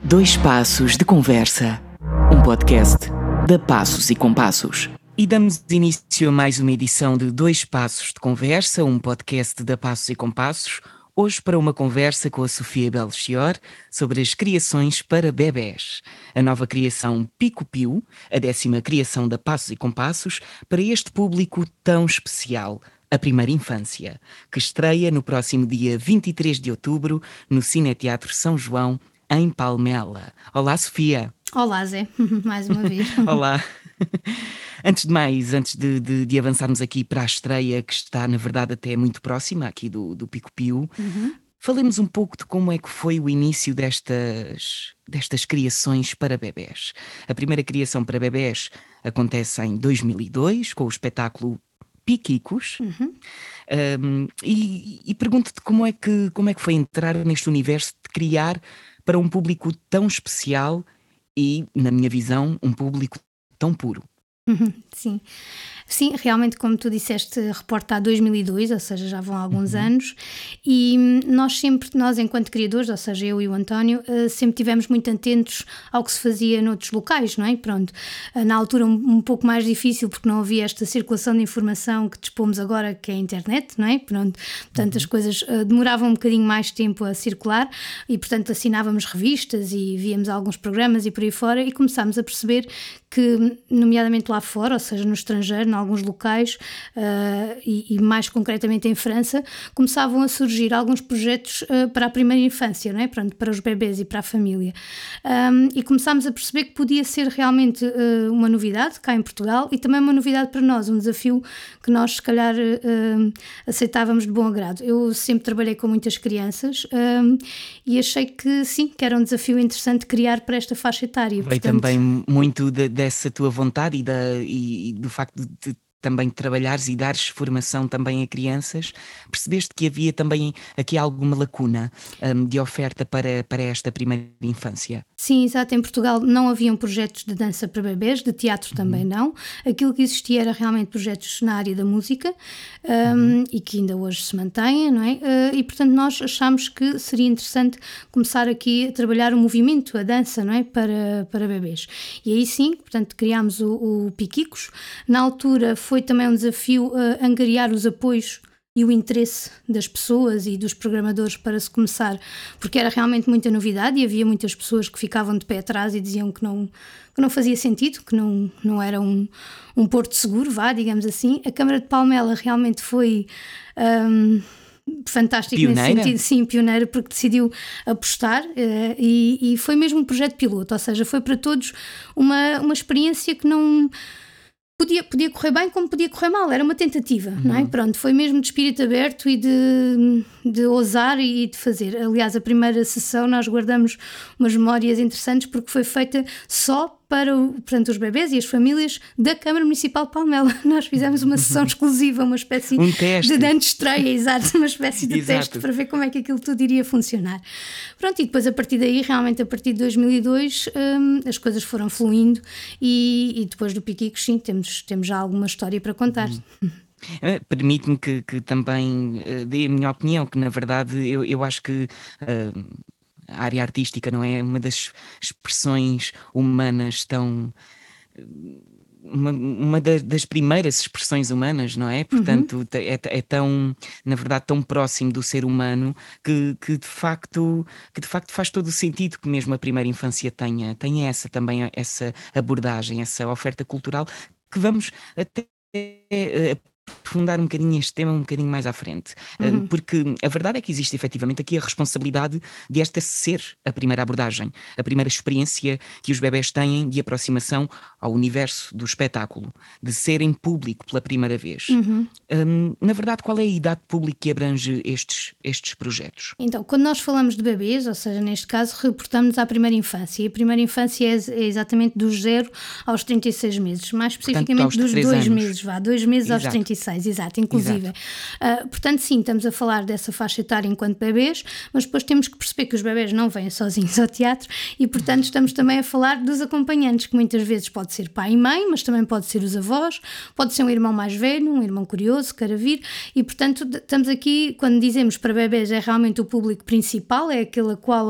Dois Passos de Conversa, um podcast da Passos e Compassos. E damos início a mais uma edição de Dois Passos de Conversa, um podcast da Passos e Compassos, hoje para uma conversa com a Sofia Belchior sobre as criações para bebés. A nova criação Pico Piu, a 10ª criação da Passos e Compassos, para este público tão especial, a primeira infância, que estreia no próximo dia 23 de outubro no Cineteatro São João, em Palmela. Olá, Sofia. Olá, Zé, mais uma vez. Olá. Antes de mais, antes de avançarmos aqui para a estreia, que está, na verdade, até muito próxima aqui do Pico Piu, falemos um pouco de como é que foi o início destas criações para bebés. A primeira criação para bebés acontece em 2002, com o espetáculo Piquicos. E pergunto-te como é que foi entrar neste universo de criar para um público tão especial e, na minha visão, um público tão puro. Sim. Sim, realmente, como tu disseste, reporta a 2002, ou seja, já vão há alguns anos, e nós enquanto criadores, ou seja, eu e o António, sempre tivemos muito atentos ao que se fazia noutros locais, não é? Pronto, na altura um pouco mais difícil, porque não havia esta circulação de informação que dispomos agora, que é a internet, não é? Pronto, portanto, as coisas demoravam um bocadinho mais tempo a circular e, portanto, assinávamos revistas e víamos alguns programas e por aí fora, e começámos a perceber que, nomeadamente lá fora, ou seja, no estrangeiro, em alguns locais, e mais concretamente em França, começavam a surgir alguns projetos para a primeira infância, não é? Pronto, para os bebés e para a família. E começámos a perceber que podia ser realmente uma novidade cá em Portugal e também uma novidade para nós, um desafio que nós, se calhar, aceitávamos de bom agrado. Eu sempre trabalhei com muitas crianças e achei que sim, que era um desafio interessante criar para esta faixa etária. Veio também muito dessa tua vontade e do facto de também trabalhares e dares formação também a crianças. Percebeste que havia também aqui alguma lacuna de oferta para esta primeira infância? Sim, exato. Em Portugal não haviam projetos de dança para bebés, de teatro também não. Aquilo que existia era realmente projetos na área da música, e que ainda hoje se mantêm, não é? E portanto nós achámos que seria interessante começar aqui a trabalhar o movimento, a dança, não é? Para bebés. E aí sim, portanto, criámos o Piquicos. Na altura foi também um desafio angariar os apoios e o interesse das pessoas e dos programadores para se começar, porque era realmente muita novidade e havia muitas pessoas que ficavam de pé atrás e diziam que não fazia sentido, que não era um porto seguro, digamos assim. A Câmara de Palmela realmente foi fantástico pioneira. Nesse sentido, sim, pioneira, porque decidiu apostar e foi mesmo um projeto piloto, ou seja, foi para todos uma experiência que não... Podia correr bem como podia correr mal, era uma tentativa, não é? Pronto, foi mesmo de espírito aberto e de ousar e de fazer. Aliás, a primeira sessão nós guardamos umas memórias interessantes porque foi feita só para portanto, os bebés e as famílias da Câmara Municipal de Palmela. Nós fizemos uma sessão exclusiva, uma espécie de antestreia, exato, uma espécie de teste para ver como é que aquilo tudo iria funcionar. Pronto, e depois a partir daí, realmente a partir de 2002, as coisas foram fluindo e depois do Piquicos, sim, temos já alguma história para contar. Permite-me que também dê a minha opinião, que na verdade eu acho que a área artística não é uma das expressões humanas tão... Uma das primeiras expressões humanas, não é? Portanto, é tão, na verdade, tão próximo do ser humano que de facto faz todo o sentido que mesmo a primeira infância tenha também essa abordagem, essa oferta cultural, que vamos até aprofundar um bocadinho este tema um bocadinho mais à frente, porque a verdade é que existe efetivamente aqui a responsabilidade de esta ser a primeira abordagem, a primeira experiência que os bebés têm de aproximação ao universo do espetáculo, de serem público pela primeira vez. Na verdade, qual é a idade pública que abrange estes projetos? Então, quando nós falamos de bebês, ou seja, neste caso, reportamos à primeira infância, e a primeira infância é exatamente dos 0 aos 36 meses, mais especificamente, portanto, dos 2 meses, 2 meses aos 36 26, exato, inclusive. Exato. Portanto, sim, estamos a falar dessa faixa etária enquanto bebês, mas depois temos que perceber que os bebês não vêm sozinhos ao teatro e, portanto, estamos também a falar dos acompanhantes, que muitas vezes pode ser pai e mãe, mas também pode ser os avós, pode ser um irmão mais velho, um irmão curioso, queira vir, e, portanto, estamos aqui, quando dizemos para bebês, é realmente o público principal, é aquele a qual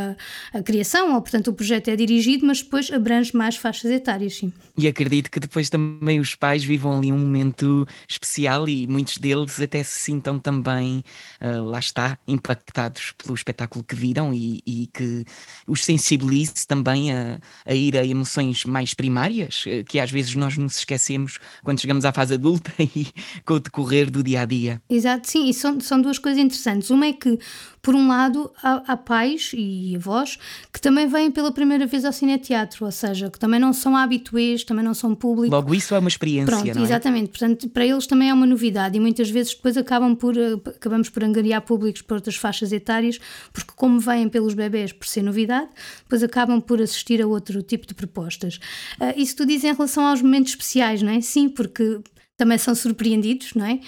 a criação, ou, portanto, o projeto é dirigido, mas depois abrange mais faixas etárias, sim. E acredito que depois também os pais vivam ali um momento especial e muitos deles até se sintam também, lá está, impactados pelo espetáculo que viram e que os sensibilize também a ir a emoções mais primárias, que às vezes nós nos esquecemos quando chegamos à fase adulta e com o decorrer do dia a dia. Exato, sim, e são duas coisas interessantes. Uma é que, por um lado, há pais e avós que também vêm pela primeira vez ao cineteatro, ou seja, que também não são habituês, também não são público. Logo, isso é uma experiência, Pronto, não é? exatamente. Portanto, para eles também é uma novidade e muitas vezes depois acabamos por angariar públicos para outras faixas etárias, porque como vêm pelos bebés por ser novidade, depois acabam por assistir a outro tipo de propostas. Isso tu dizes em relação aos momentos especiais, não é? Sim, porque também são surpreendidos, não é?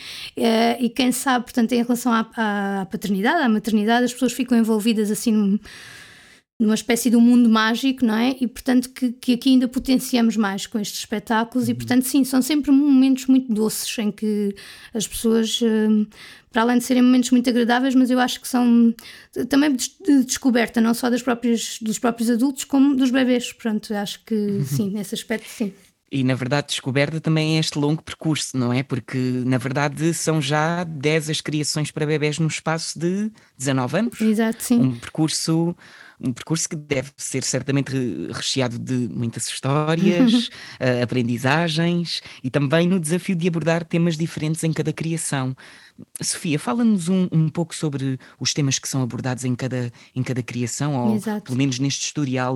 E quem sabe, portanto, em relação à paternidade, à maternidade, as pessoas ficam envolvidas assim numa espécie de um mundo mágico, não é? E, portanto, que aqui ainda potenciamos mais com estes espetáculos e, portanto, sim, são sempre momentos muito doces em que as pessoas, para além de serem momentos muito agradáveis, mas eu acho que são também de descoberta, não só dos próprios adultos, como dos bebés. Pronto, acho que sim, nesse aspecto, sim. E na verdade, descoberta também é este longo percurso, não é? Porque na verdade são já 10 as criações para bebés no espaço de 19 anos. Exato, sim. Um percurso, um percurso que deve ser certamente recheado de muitas histórias, aprendizagens e também no desafio de abordar temas diferentes em cada criação. Sofia, fala-nos um pouco sobre os temas que são abordados em cada criação, ou Exato. pelo menos neste historial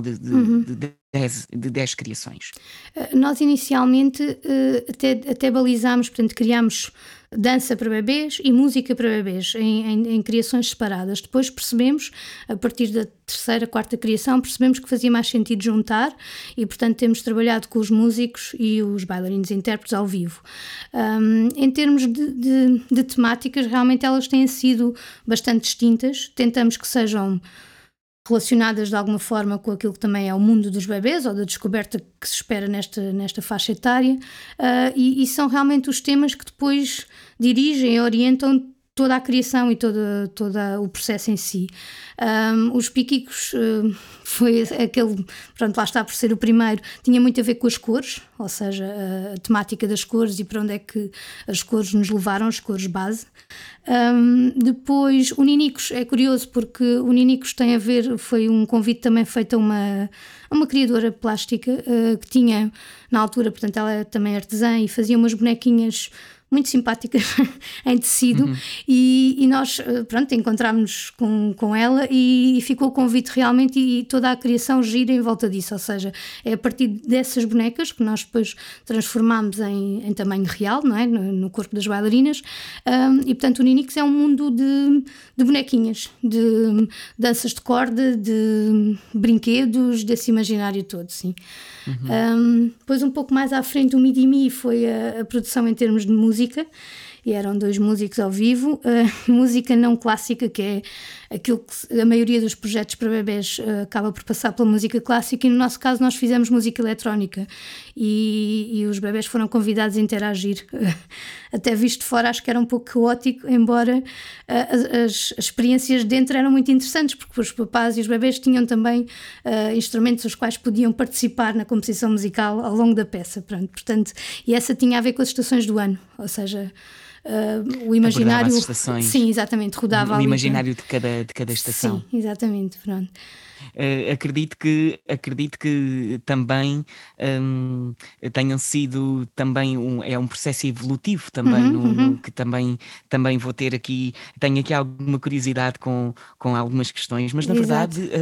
de 10 criações. Nós inicialmente até balizámos, portanto, criámos dança para bebês e música para bebês em criações separadas. Depois percebemos, a partir da terceira, quarta criação, percebemos que fazia mais sentido juntar e, portanto, temos trabalhado com os músicos e os bailarinos e intérpretes ao vivo. Em termos de temáticas, realmente elas têm sido bastante distintas. Tentamos que sejam relacionadas de alguma forma com aquilo que também é o mundo dos bebés ou da descoberta que se espera nesta faixa etária, e são realmente os temas que depois dirigem e orientam toda a criação e todo o processo em si. Os Piquicos foi aquele, pronto, lá está por ser o primeiro, tinha muito a ver com as cores, ou seja, a temática das cores e para onde é que as cores nos levaram, as cores base. Depois o Ninicos é curioso porque o Ninicos tem a ver, foi um convite também feito a uma criadora plástica que tinha na altura, portanto ela é também artesã e fazia umas bonequinhas muito simpáticas em tecido, e nós, pronto, encontrámos com ela e ficou o convite realmente e toda a criação gira em volta disso, ou seja, é a partir dessas bonecas que nós depois transformámos em tamanho real, não é? No corpo das bailarinas, e portanto o Ninix é um mundo de bonequinhas, de danças de corda, de brinquedos, desse imaginário todo, sim. Depois um pouco mais à frente o Midimi foi a produção em termos de música, e eram 2 músicos ao vivo, música não clássica, que é aquilo que a maioria dos projetos para bebés acaba por passar pela música clássica, e no nosso caso nós fizemos música eletrónica e os bebés foram convidados a interagir. Até visto de fora acho que era um pouco caótico, embora as experiências dentro eram muito interessantes, porque os papás e os bebés tinham também instrumentos os quais podiam participar na composição musical ao longo da peça. Portanto, e essa tinha a ver com as estações do ano, ou seja, o imaginário. Abordava as estações. Sim, exatamente, rodava O ali. imaginário de cada estação. Sim, exatamente, pronto. Acredito que também tenham sido também um processo evolutivo também no que também vou ter aqui, tenho aqui alguma curiosidade com algumas questões, mas na Exato. verdade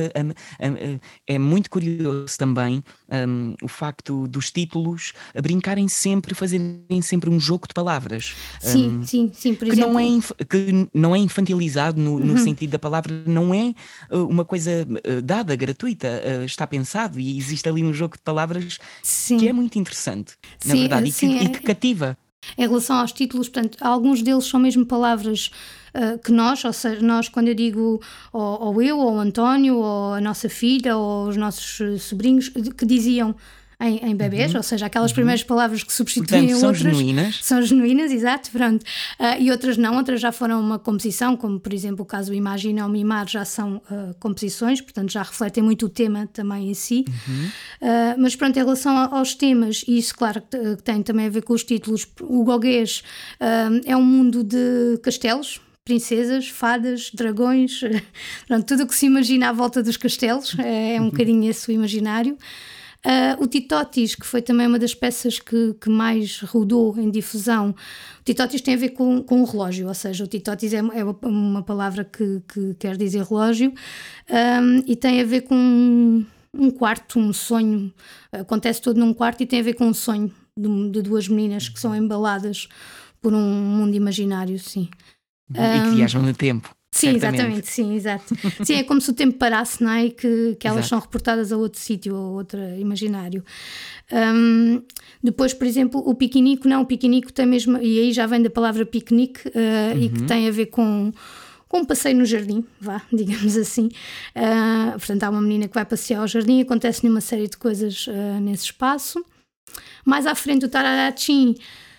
é muito curioso também o facto dos títulos brincarem sempre, fazerem sempre um jogo de palavras. Sim, por Que exemplo. que não é infantilizado no sentido da palavra, não é uma coisa dada, gratuita, está pensado e existe ali um jogo de palavras Sim. que é muito interessante, na Sim, verdade, sim, e que cativa. Em relação aos títulos, portanto, alguns deles são mesmo palavras que nós, ou seja, nós, quando eu digo ou eu, ou o António, ou a nossa filha, ou os nossos sobrinhos, que diziam em bebés, Uhum, ou seja, aquelas uhum. primeiras palavras que Portanto, substituem são outras, genuínas. são genuínas, exato, pronto. E outras não, outras já foram uma composição, como por exemplo o caso do Imagina ou Mimar, já são composições, portanto já refletem muito o tema também em si. Uhum. Mas pronto, em relação aos temas, e isso claro que tem também a ver com os títulos, o Goguês é um mundo de castelos, princesas, fadas, dragões, pronto, tudo o que se imagina à volta dos castelos, é um bocadinho esse o imaginário. O Titotis, que foi também uma das peças que mais rodou em difusão, o Titotis tem a ver com o relógio, ou seja, o Titotis é uma palavra que quer dizer relógio, e tem a ver com um quarto, um sonho, acontece tudo num quarto e tem a ver com um sonho de duas meninas que são embaladas por um mundo imaginário, sim. E que viajam no tempo, Sim, certamente. exatamente, sim, exato. Sim, é como se o tempo parasse, não é? E que elas são Exato. reportadas a outro sítio, a outro imaginário. Depois, por exemplo, o piquenico, não, o piquenico tem mesmo, e aí já vem da palavra piquenique, e que Uhum. tem a ver com um passeio no jardim, vá, digamos assim. Portanto, há uma menina que vai passear ao jardim, acontece uma série de coisas nesse espaço. Mais à frente, o Tararachim,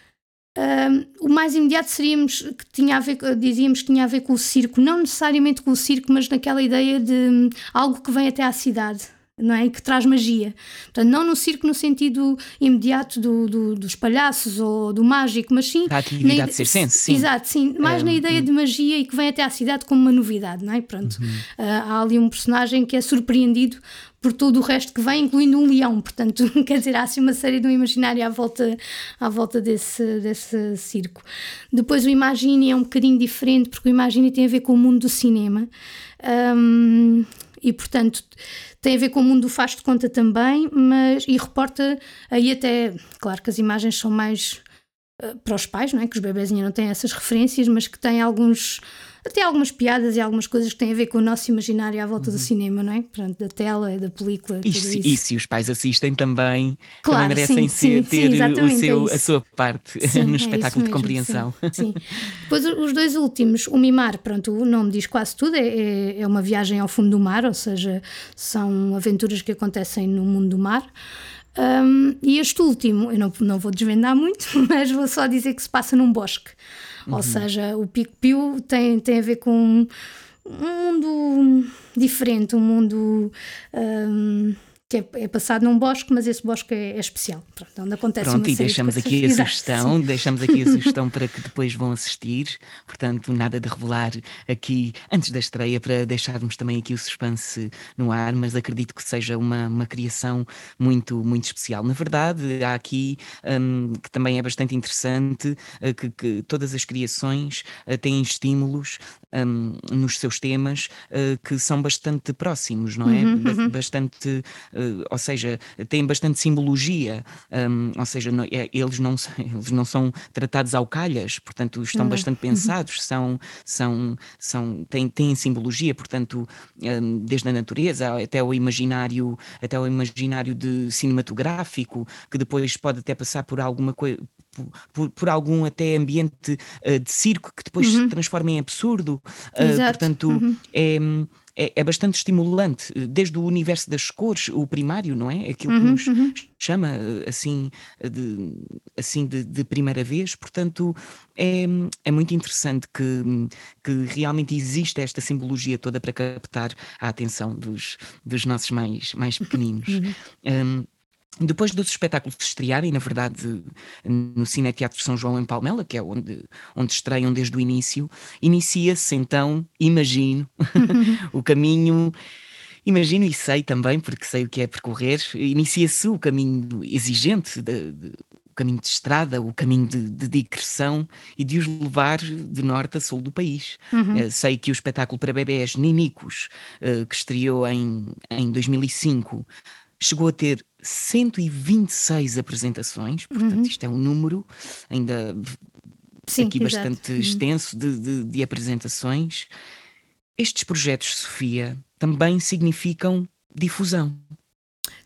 o mais imediato seríamos que tinha a ver, dizíamos que tinha a ver com o circo, não necessariamente com o circo, mas naquela ideia de algo que vem até à cidade, não é? E que traz magia. Portanto, não no circo no sentido imediato dos palhaços ou do mágico, mas sim Da atividade circense, sim. exato, sim, mais na ideia de magia e que vem até à cidade como uma novidade, não é? Pronto. Há ali um personagem que é surpreendido por todo o resto que vem, incluindo um leão, portanto, quer dizer, há assim uma série de um imaginário à volta desse circo. Depois o Imagine é um bocadinho diferente, porque o Imagine tem a ver com o mundo do cinema, e portanto tem a ver com o mundo do faz de conta também, e reporta aí até, claro que as imagens são mais para os pais, não é? Que os bebés ainda não têm essas referências, mas que têm até algumas piadas e algumas coisas que têm a ver com o nosso imaginário à volta do cinema, não é? Portanto, da tela, da película, tudo isso. E se os pais assistem também, Claro, merecem sim, ter exatamente, é a isso. sua parte Sim, no é isso espetáculo de mesmo, sim, compreensão. sim. Depois os dois últimos, o Mimar, pronto, o nome diz quase tudo, é uma viagem ao fundo do mar, ou seja, são aventuras que acontecem no mundo do mar. E este último, eu não vou desvendar muito, mas vou só dizer que se passa num bosque. Ou seja, o Pico Pio tem a ver com um mundo diferente, um mundo que é passado num bosque, mas esse bosque é especial. Pronto, onde acontece Pronto, uma e série de deixamos coisas. aqui a Exato, sim. sugestão, para que depois vão assistir, portanto, nada de revelar aqui antes da estreia, para deixarmos também aqui o suspense no ar, mas acredito que seja uma criação muito, muito especial. Na verdade, há aqui, que também é bastante interessante, que todas as criações têm estímulos nos seus temas que são bastante próximos, não é? Bastante, ou seja, têm bastante simbologia, ou seja, eles não são tratados ao calhas, portanto estão Não. bastante pensados, têm simbologia, portanto, desde a natureza até o imaginário de cinematográfico, que depois pode até passar por alguma coisa, por algum até ambiente de circo que depois se transforma em absurdo. Exato. Portanto, é bastante estimulante, desde o universo das cores, o primário, não é? Aquilo que nos chama assim de primeira vez. Portanto, é muito interessante que realmente existe esta simbologia toda para captar a atenção dos nossos mais pequeninos. Depois dos espetáculos se estrearem, na verdade, no Cineteatro São João em Palmela, que é onde estreiam desde o início, inicia-se então, imagino, o caminho. Imagino e sei também, porque sei o que é percorrer, inicia-se o caminho exigente, o caminho de estrada, o caminho de digressão e de os levar de norte a sul do país. Sei que o espetáculo para bebés Ninicos, que estreou em 2005, chegou a ter 126 apresentações, portanto isto é um número ainda Sim, aqui exato. bastante extenso de apresentações. Estes projetos, Sofia, também significam difusão.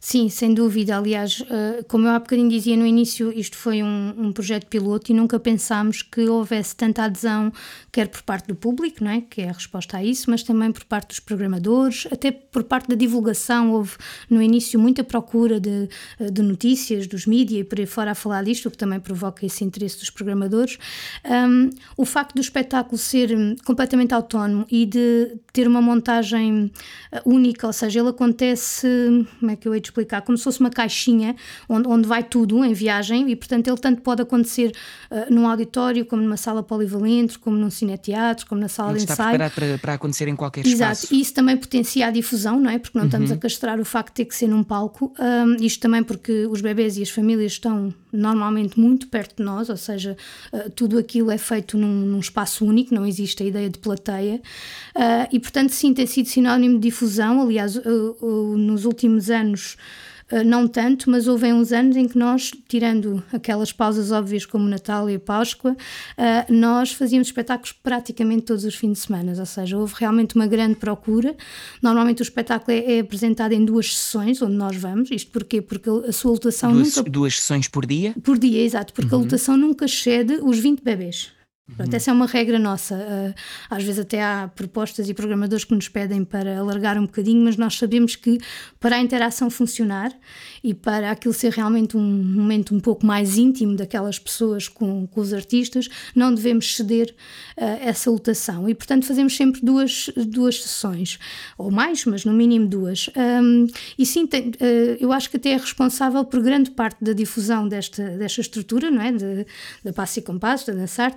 Sim, sem dúvida. Aliás, como eu há bocadinho dizia no início, isto foi um projeto piloto e nunca pensámos que houvesse tanta adesão, quer por parte do público, não é? Que é a resposta a isso, mas também por parte dos programadores, até por parte da divulgação. Houve no início muita procura de notícias, dos mídias e por aí fora a falar disto, o que também provoca esse interesse dos programadores. O facto do espetáculo ser completamente autónomo e de ter uma montagem única, ou seja, ele acontece, como é que eu hei de explicar, como se fosse uma caixinha onde vai tudo em viagem e, portanto, ele tanto pode acontecer num auditório, como numa sala polivalente, como num cineteatro, como na sala Ele de está ensaio. preparado para acontecer em qualquer Exato, espaço. e isso também potencia a difusão, não é? Porque não estamos a castrar o facto de ter que ser num palco. Isto também porque os bebés e as famílias estão normalmente muito perto de nós, ou seja, tudo aquilo é feito num espaço único, não existe a ideia de plateia. E, portanto, sim, tem sido sinónimo de difusão. Aliás, nos últimos anos, não tanto, mas houve uns anos em que nós, tirando aquelas pausas óbvias como o Natal e a Páscoa, nós fazíamos espetáculos praticamente todos os fins de semana, ou seja, houve realmente uma grande procura. Normalmente o espetáculo é apresentado em 2 sessões, onde nós vamos. Isto porquê? Porque a sua lotação Duas sessões por dia? Por dia, exato, porque a lotação nunca excede os 20 bebés. Pronto, essa é uma regra nossa. Às vezes até há propostas e programadores que nos pedem para alargar um bocadinho, mas nós sabemos que para a interação funcionar e para aquilo ser realmente um momento um pouco mais íntimo daquelas pessoas com os artistas, não devemos ceder essa lotação. E, portanto, fazemos sempre duas sessões, ou mais, mas no mínimo 2. E sim, eu acho que até é responsável por grande parte da difusão desta estrutura, não é? Da Passo e Compasso, da Dançarte.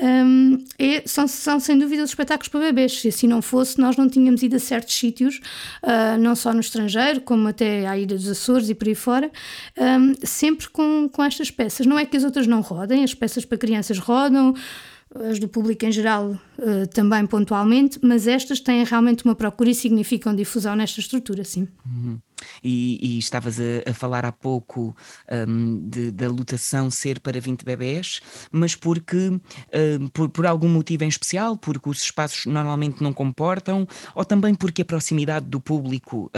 São sem dúvida os espetáculos para bebês. Se assim não fosse, nós não tínhamos ido a certos sítios, não só no estrangeiro, como até à Ilha dos Açores e por aí fora, sempre com estas peças. Não é que as outras não rodem, as peças para crianças rodam, as do público em geral também pontualmente, mas estas têm realmente uma procura e significam difusão nesta estrutura, sim. E estavas a falar há pouco da lotação ser para 20 bebés, mas porque por algum motivo em especial, porque os espaços normalmente não comportam, ou também porque a proximidade do público,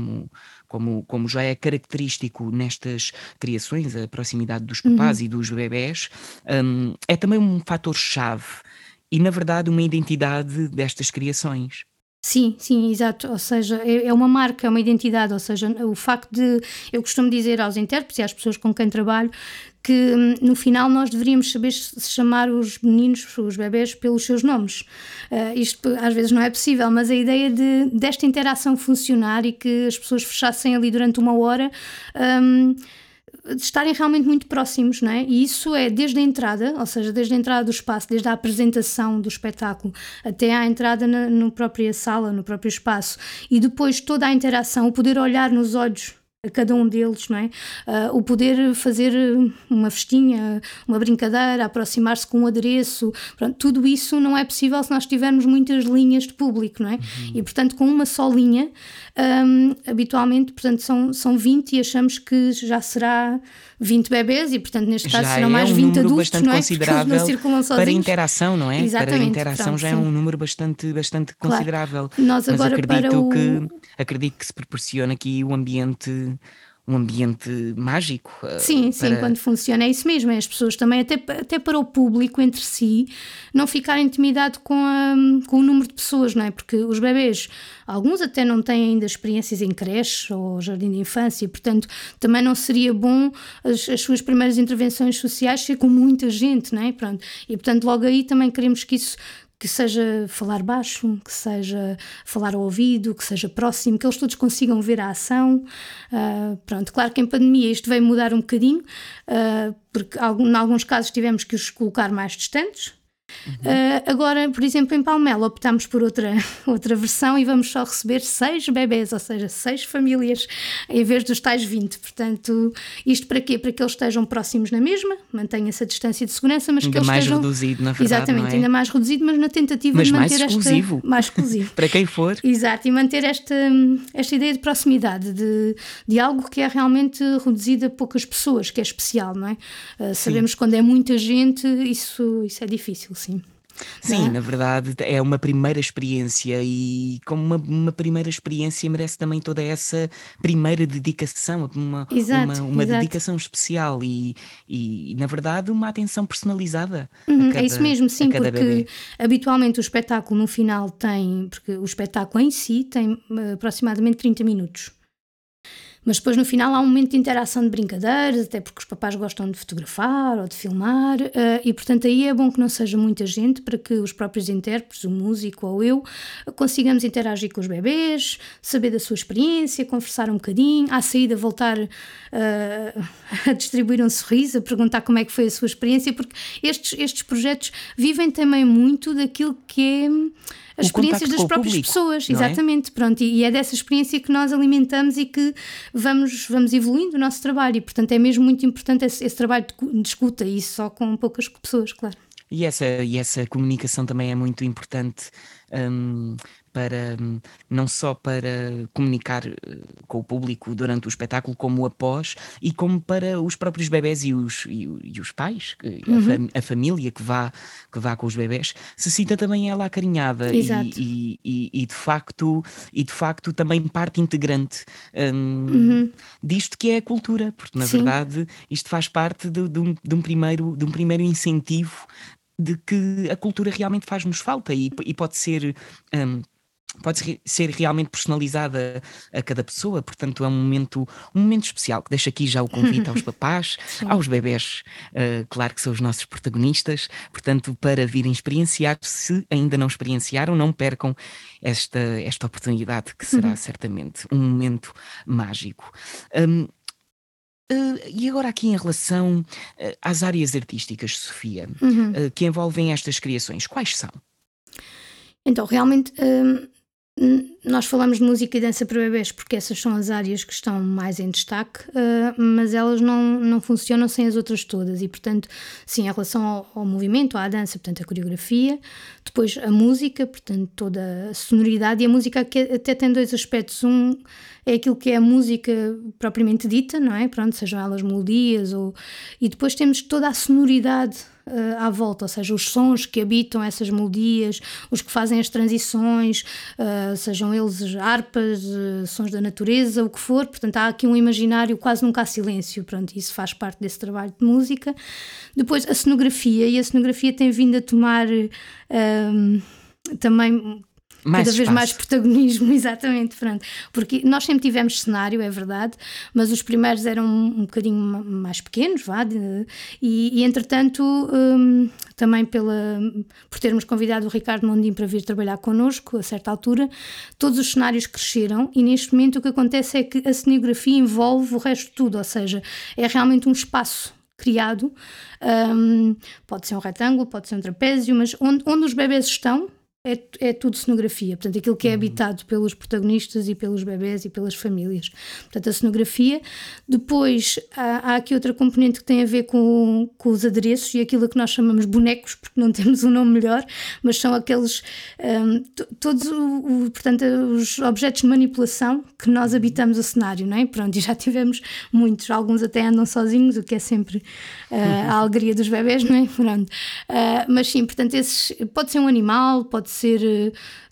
como já é característico nestas criações, a proximidade dos papás e dos bebés, é também um fator-chave e, na verdade, uma identidade destas criações. Sim, sim, exato, ou seja, é uma marca, é uma identidade, ou seja, o facto de, eu costumo dizer aos intérpretes e às pessoas com quem trabalho, que no final nós deveríamos saber chamar os meninos, os bebés, pelos seus nomes. Isto às vezes não é possível, mas a ideia desta interação funcionar e que as pessoas fechassem ali durante 1 hora, de estarem realmente muito próximos, não é? E isso é desde a entrada, ou seja, desde a entrada do espaço, desde a apresentação do espetáculo até à entrada na própria sala, no próprio espaço, e depois toda a interação, o poder olhar nos olhos a cada um deles, não é? O poder fazer uma festinha, uma brincadeira, aproximar-se com um adereço, pronto, tudo isso não é possível se nós tivermos muitas linhas de público, não é? E, portanto, com uma só linha, habitualmente, portanto, são 20 e achamos que já será 20 bebés e, portanto, neste caso serão mais 20 adultos, não é? Porque eles não circulam sozinhos. Para a interação, não é? Exatamente, para a interação pronto, já sim. é um número bastante considerável. Nós Mas agora acredito que se proporciona aqui um ambiente mágico. Sim, quando funciona é isso mesmo, é as pessoas também, até para o público entre si, não ficarem intimidados com o número de pessoas, não é? Porque os bebés, alguns até não têm ainda experiências em creche ou jardim de infância, portanto também não seria bom as suas primeiras intervenções sociais ser com muita gente, não é? Pronto. E portanto logo aí também queremos que seja falar baixo, que seja falar ao ouvido, que seja próximo, que eles todos consigam ver a ação. Pronto, claro que em pandemia isto veio mudar um bocadinho, porque em alguns casos tivemos que os colocar mais distantes. Agora, por exemplo, em Palmela optámos por outra versão e vamos só receber 6 bebés, ou seja, 6 famílias em vez dos tais 20. Portanto, isto para quê? Para que eles estejam próximos na mesma, mantenha-se a distância de segurança, mas ainda que eles mais estejam... reduzido, na verdade. Exatamente, não é? ainda mais reduzido, mas na tentativa de manter mais exclusivo. Para quem for. Exato, e manter esta ideia de proximidade, de algo que é realmente reduzido a poucas pessoas, que é especial, não é? Sabemos que quando é muita gente, isso é difícil, sim. não Sim, é? na verdade é uma primeira experiência e como uma primeira experiência merece também toda essa primeira dedicação, Exato, uma exato. dedicação especial e na verdade uma atenção personalizada Uhum, é isso mesmo, a sim, cada porque bebê. habitualmente o espetáculo no final tem, porque o espetáculo em si tem aproximadamente 30 minutos. Mas depois no final há um momento de interação de brincadeiras, até porque os papás gostam de fotografar ou de filmar, e portanto aí é bom que não seja muita gente para que os próprios intérpretes, o músico ou eu, consigamos interagir com os bebés, saber da sua experiência, conversar um bocadinho, à saída voltar a distribuir um sorriso, a perguntar como é que foi a sua experiência, porque estes projetos vivem também muito daquilo que é as O experiências contacto das com o próprias público, pessoas, não é? exatamente, pronto, e é dessa experiência que nós alimentamos e que vamos evoluindo o nosso trabalho e, portanto, é mesmo muito importante esse trabalho de escuta e isso só com poucas pessoas, claro. E essa comunicação também é muito importante, hum, para, não só para comunicar, com o público durante o espetáculo, como após, e como para os próprios bebés e os pais, Uhum, a família que vá com os bebés, se sinta também ela acarinhada exato. e de facto também parte integrante, hum, Uhum, disto que é a cultura, porque na sim. verdade isto faz parte de um primeiro incentivo de que a cultura realmente faz-nos falta e pode ser, hum, ser realmente personalizada a cada pessoa, portanto é um momento especial, que deixo aqui já o convite aos papás, Sim. aos bebés, claro que são os nossos protagonistas, portanto para virem experienciar, se ainda não experienciaram, não percam esta oportunidade que será Uhum, certamente um momento mágico. Hum, e agora aqui em relação, às áreas artísticas, Sofia, uhum. que envolvem estas criações, quais são? Então, realmente, nós falamos de música e dança para bebés porque essas são as áreas que estão mais em destaque, mas elas não funcionam sem as outras todas. E, portanto, sim, em relação ao movimento, à dança, portanto, a coreografia, depois a música, portanto, toda a sonoridade. E a música até tem dois aspectos. Um é aquilo que é a música propriamente dita, não é? Pronto, sejam elas melodias ou. E depois temos toda a sonoridade à volta, ou seja, os sons que habitam essas melodias, os que fazem as transições, sejam eles harpas, sons da natureza, o que for. Portanto, há aqui um imaginário, quase nunca há silêncio. Pronto, isso faz parte desse trabalho de música. Depois, a cenografia, e a cenografia tem vindo a tomar também Mais cada vez mais espaço. protagonismo, exatamente, pronto. Porque nós sempre tivemos cenário, é verdade, mas os primeiros eram um bocadinho mais pequenos, vá, e entretanto, também por termos convidado o Ricardo Mondim para vir trabalhar connosco, a certa altura, todos os cenários cresceram e neste momento o que acontece é que a cenografia envolve o resto de tudo, ou seja, é realmente um espaço criado, pode ser um retângulo, pode ser um trapézio, mas onde os bebés estão, é tudo cenografia, portanto, aquilo que é Uhum. habitado pelos protagonistas e pelos bebés e pelas famílias. Portanto, a cenografia. Depois, há aqui outra componente que tem a ver com os adereços e aquilo que nós chamamos bonecos, porque não temos um nome melhor, mas são aqueles, todos portanto, os objetos de manipulação que nós Uhum. habitamos o cenário, não é? Pronto, e já tivemos muitos, alguns até andam sozinhos, o que é sempre a alegria dos bebés, não é? Pronto. Mas sim, portanto, pode ser um animal, pode ser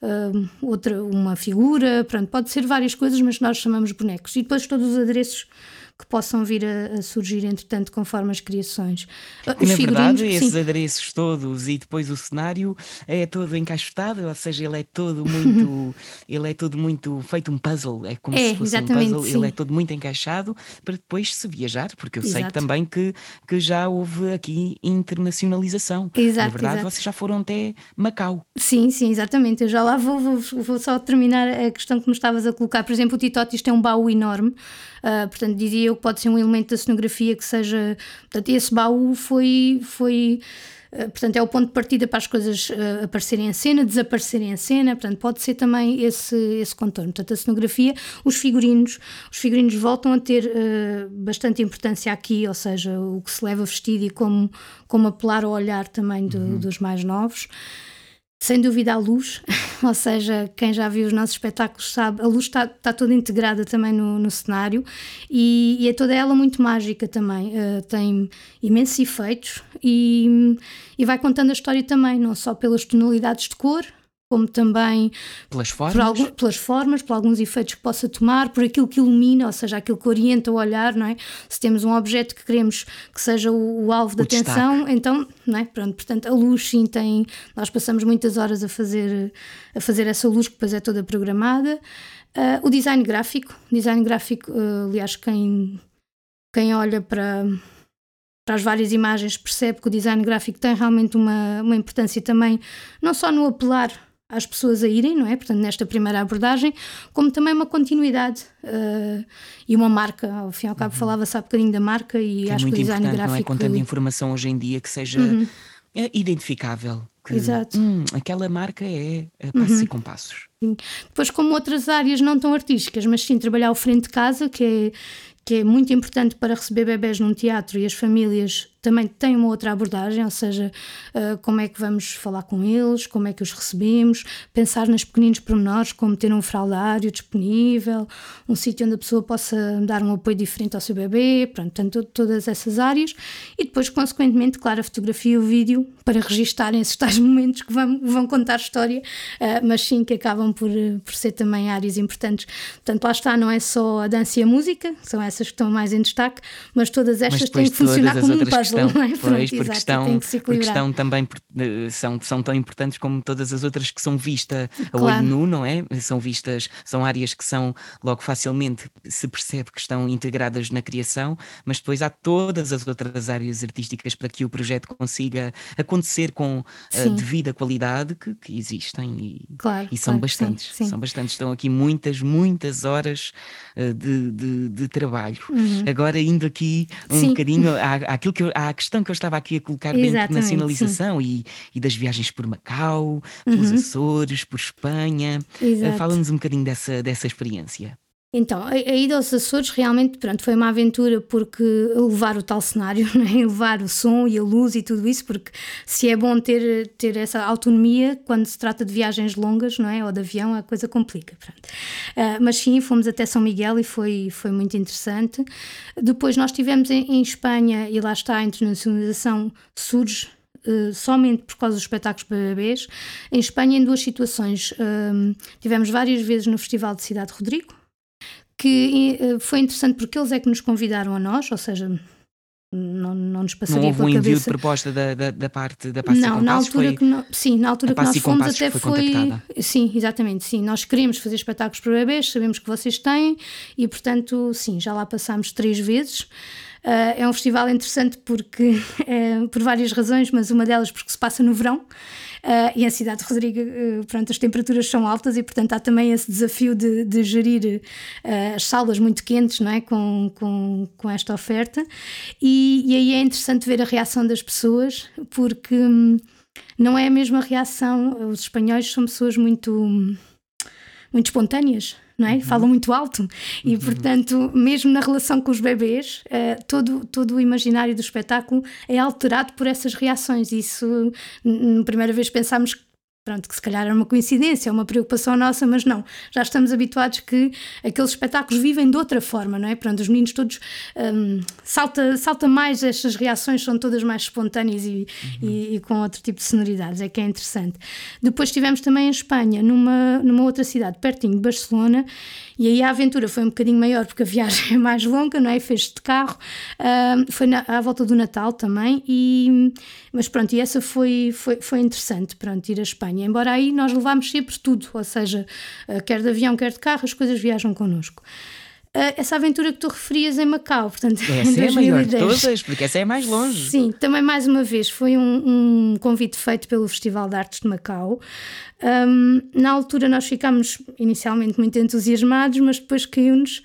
uma figura, pronto, pode ser várias coisas, mas nós chamamos bonecos. E depois todos os adereços que possam vir a surgir, entretanto, conforme as criações. E Os na figurinos, verdade, esses sim. adereços todos e depois o cenário é todo encaixotado, ou seja, ele é todo muito feito um puzzle, é como É, se fosse um exatamente, puzzle, ele é sim. todo muito encaixado para depois se viajar, porque eu sei Exato. também que já houve aqui internacionalização. Na Exato, verdade, exato. vocês já foram até Macau. Sim, sim, exatamente. Eu já lá vou só terminar a questão que me estavas a colocar. Por exemplo, o Titote, isto é um baú enorme, portanto, dizia eu que pode ser um elemento da cenografia que seja. Portanto, esse baú foi portanto, é o ponto de partida para as coisas aparecerem em cena, desaparecerem em cena, portanto, pode ser também esse contorno. Portanto, a cenografia, os figurinos voltam a ter bastante importância aqui, ou seja, o que se leva vestido e como apelar ao olhar também Uhum. dos mais novos. Sem dúvida a luz, ou seja, quem já viu os nossos espetáculos sabe, a luz está toda integrada também no cenário e é toda ela muito mágica também. Tem imensos efeitos e vai contando a história também, não só pelas tonalidades de cor, como também Pelas formas? pelas formas, por alguns efeitos que possa tomar, por aquilo que ilumina, ou seja, aquilo que orienta o olhar, não é? Se temos um objeto que queremos que seja o alvo da atenção, destaque. então, não é? Pronto, portanto, a luz sim tem. Nós passamos muitas horas a fazer essa luz que depois é toda programada. O design gráfico, aliás, quem olha para as várias imagens percebe que o design gráfico tem realmente uma importância também, não só no apelar às pessoas a irem, não é? Portanto, nesta primeira abordagem, como também uma continuidade e uma marca. Ao fim e ao cabo, falava-se há bocadinho da marca e Que é acho que o muito design importante, não é? gráfico. Com tanta informação hoje em dia que seja identificável. Que, Exato. aquela marca é passos e compassos. Depois, como outras áreas não tão artísticas, mas sim trabalhar ao frente de casa, que é muito importante para receber bebés num teatro, e as famílias também têm uma outra abordagem, ou seja, como é que vamos falar com eles, como é que os recebemos, pensar nos pequeninos pormenores, como ter um fraldário disponível, um sítio onde a pessoa possa dar um apoio diferente ao seu bebê, portanto, todas essas áreas, e depois, consequentemente, claro, a fotografia e o vídeo, para registarem esses tais momentos que vão contar história, mas sim que acabam por ser também áreas importantes. Portanto, lá está, não é só a dança e a música, são essas que estão mais em destaque, mas todas estas têm que funcionar como um puzzle, não é? Pois, Pronto, exato, tem que se por equilibrar. questão também são tão importantes como todas as outras que são vistas a olho Claro. nu, não é? São áreas que são logo facilmente se percebe que estão integradas na criação, mas depois há todas as outras áreas artísticas para que o projeto consiga acontecer com a Sim. devida qualidade que existem Claro, e são claro que sim, bastantes. sim. São bastantes. Estão aqui muitas horas de trabalho. Agora, indo aqui Sim. bocadinho à questão que eu estava aqui a colocar da Exatamente, internacionalização e das viagens por Macau, pelos Açores, por Espanha. Exato. Fala-nos um bocadinho dessa experiência. Então, a ida aos Açores realmente, pronto, foi uma aventura, porque levar o tal cenário, não é? Levar o som e a luz e tudo isso, porque se é bom ter essa autonomia quando se trata de viagens longas, não é? Ou de avião, a coisa complica, pronto. Mas sim, fomos até São Miguel e foi muito interessante. Depois nós estivemos em Espanha e lá está, a internacionalização surge somente por causa dos espetáculos para bebês. Em Espanha, em duas situações. Tivemos várias vezes no Festival de Cidade Rodrigo, que foi interessante porque eles é que nos convidaram a nós, ou seja, não nos Não passaria houve um pela envio de cabeça. proposta da parte da Passi Não, na Compassos, altura foi que na altura a que nós Passi fomos Compassos até que foi contactada. sim, exatamente, sim, nós queremos fazer espetáculos para bebês, sabemos que vocês têm e portanto, sim, já lá passámos 3 vezes. É um festival interessante porque, por várias razões, mas uma delas porque se passa no verão, e a Cidade de Rodrigo, pronto, as temperaturas são altas e portanto há também esse desafio de gerir as salas muito quentes, não é? Com esta oferta, e aí é interessante ver a reação das pessoas, porque não é a mesma reação. Os espanhóis são pessoas muito espontâneas, não é? Falam muito alto e, portanto, mesmo na relação com os bebês, todo o imaginário do espetáculo é alterado por essas reações. Isso, na primeira vez pensámos que se calhar era uma coincidência, uma preocupação nossa, mas não, já estamos habituados que aqueles espetáculos vivem de outra forma, não é? Pronto, os meninos todos salta mais, estas reações são todas mais espontâneas e com outro tipo de sonoridades, é que é interessante. Depois estivemos também em Espanha, numa outra cidade, pertinho de Barcelona, e aí a aventura foi um bocadinho maior porque a viagem é mais longa, não é? Fez-se de carro, foi à volta do Natal também, mas pronto, e essa foi interessante, pronto, ir a Espanha. Embora aí nós levámos sempre tudo, ou seja, quer de avião, quer de carro, as coisas viajam connosco. Essa aventura que tu referias em Macau, portanto, Essa em é a maior de 2010. todas, porque essa é mais longe. Sim, também mais uma vez foi um convite feito pelo Festival de Artes de Macau. Na altura nós ficámos inicialmente muito entusiasmados, mas depois caiu-nos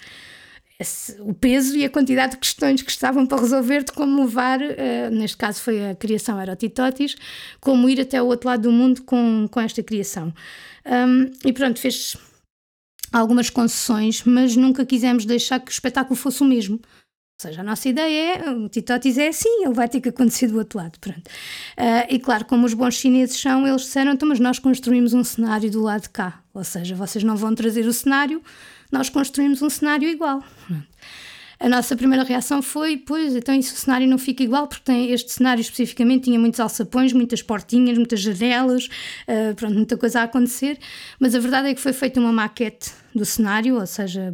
o peso e a quantidade de questões que estavam para resolver, de como levar, neste caso foi a criação Erotitotis, como ir até o outro lado do mundo com esta criação. E pronto, fez algumas concessões, mas nunca quisemos deixar que o espetáculo fosse o mesmo. seja, a nossa ideia é, o Titotis é assim, ele vai ter que acontecer do outro lado, pronto. E claro, como os bons chineses são, eles disseram, então, mas nós construímos um cenário do lado de cá, ou seja, vocês não vão trazer o cenário, nós construímos um cenário igual. A nossa primeira reação foi, pois, então isso o cenário não fica igual, porque este cenário especificamente tinha muitos alçapões, muitas portinhas, muitas janelas, pronto, muita coisa a acontecer, mas a verdade é que foi feita uma maquete do cenário, ou seja,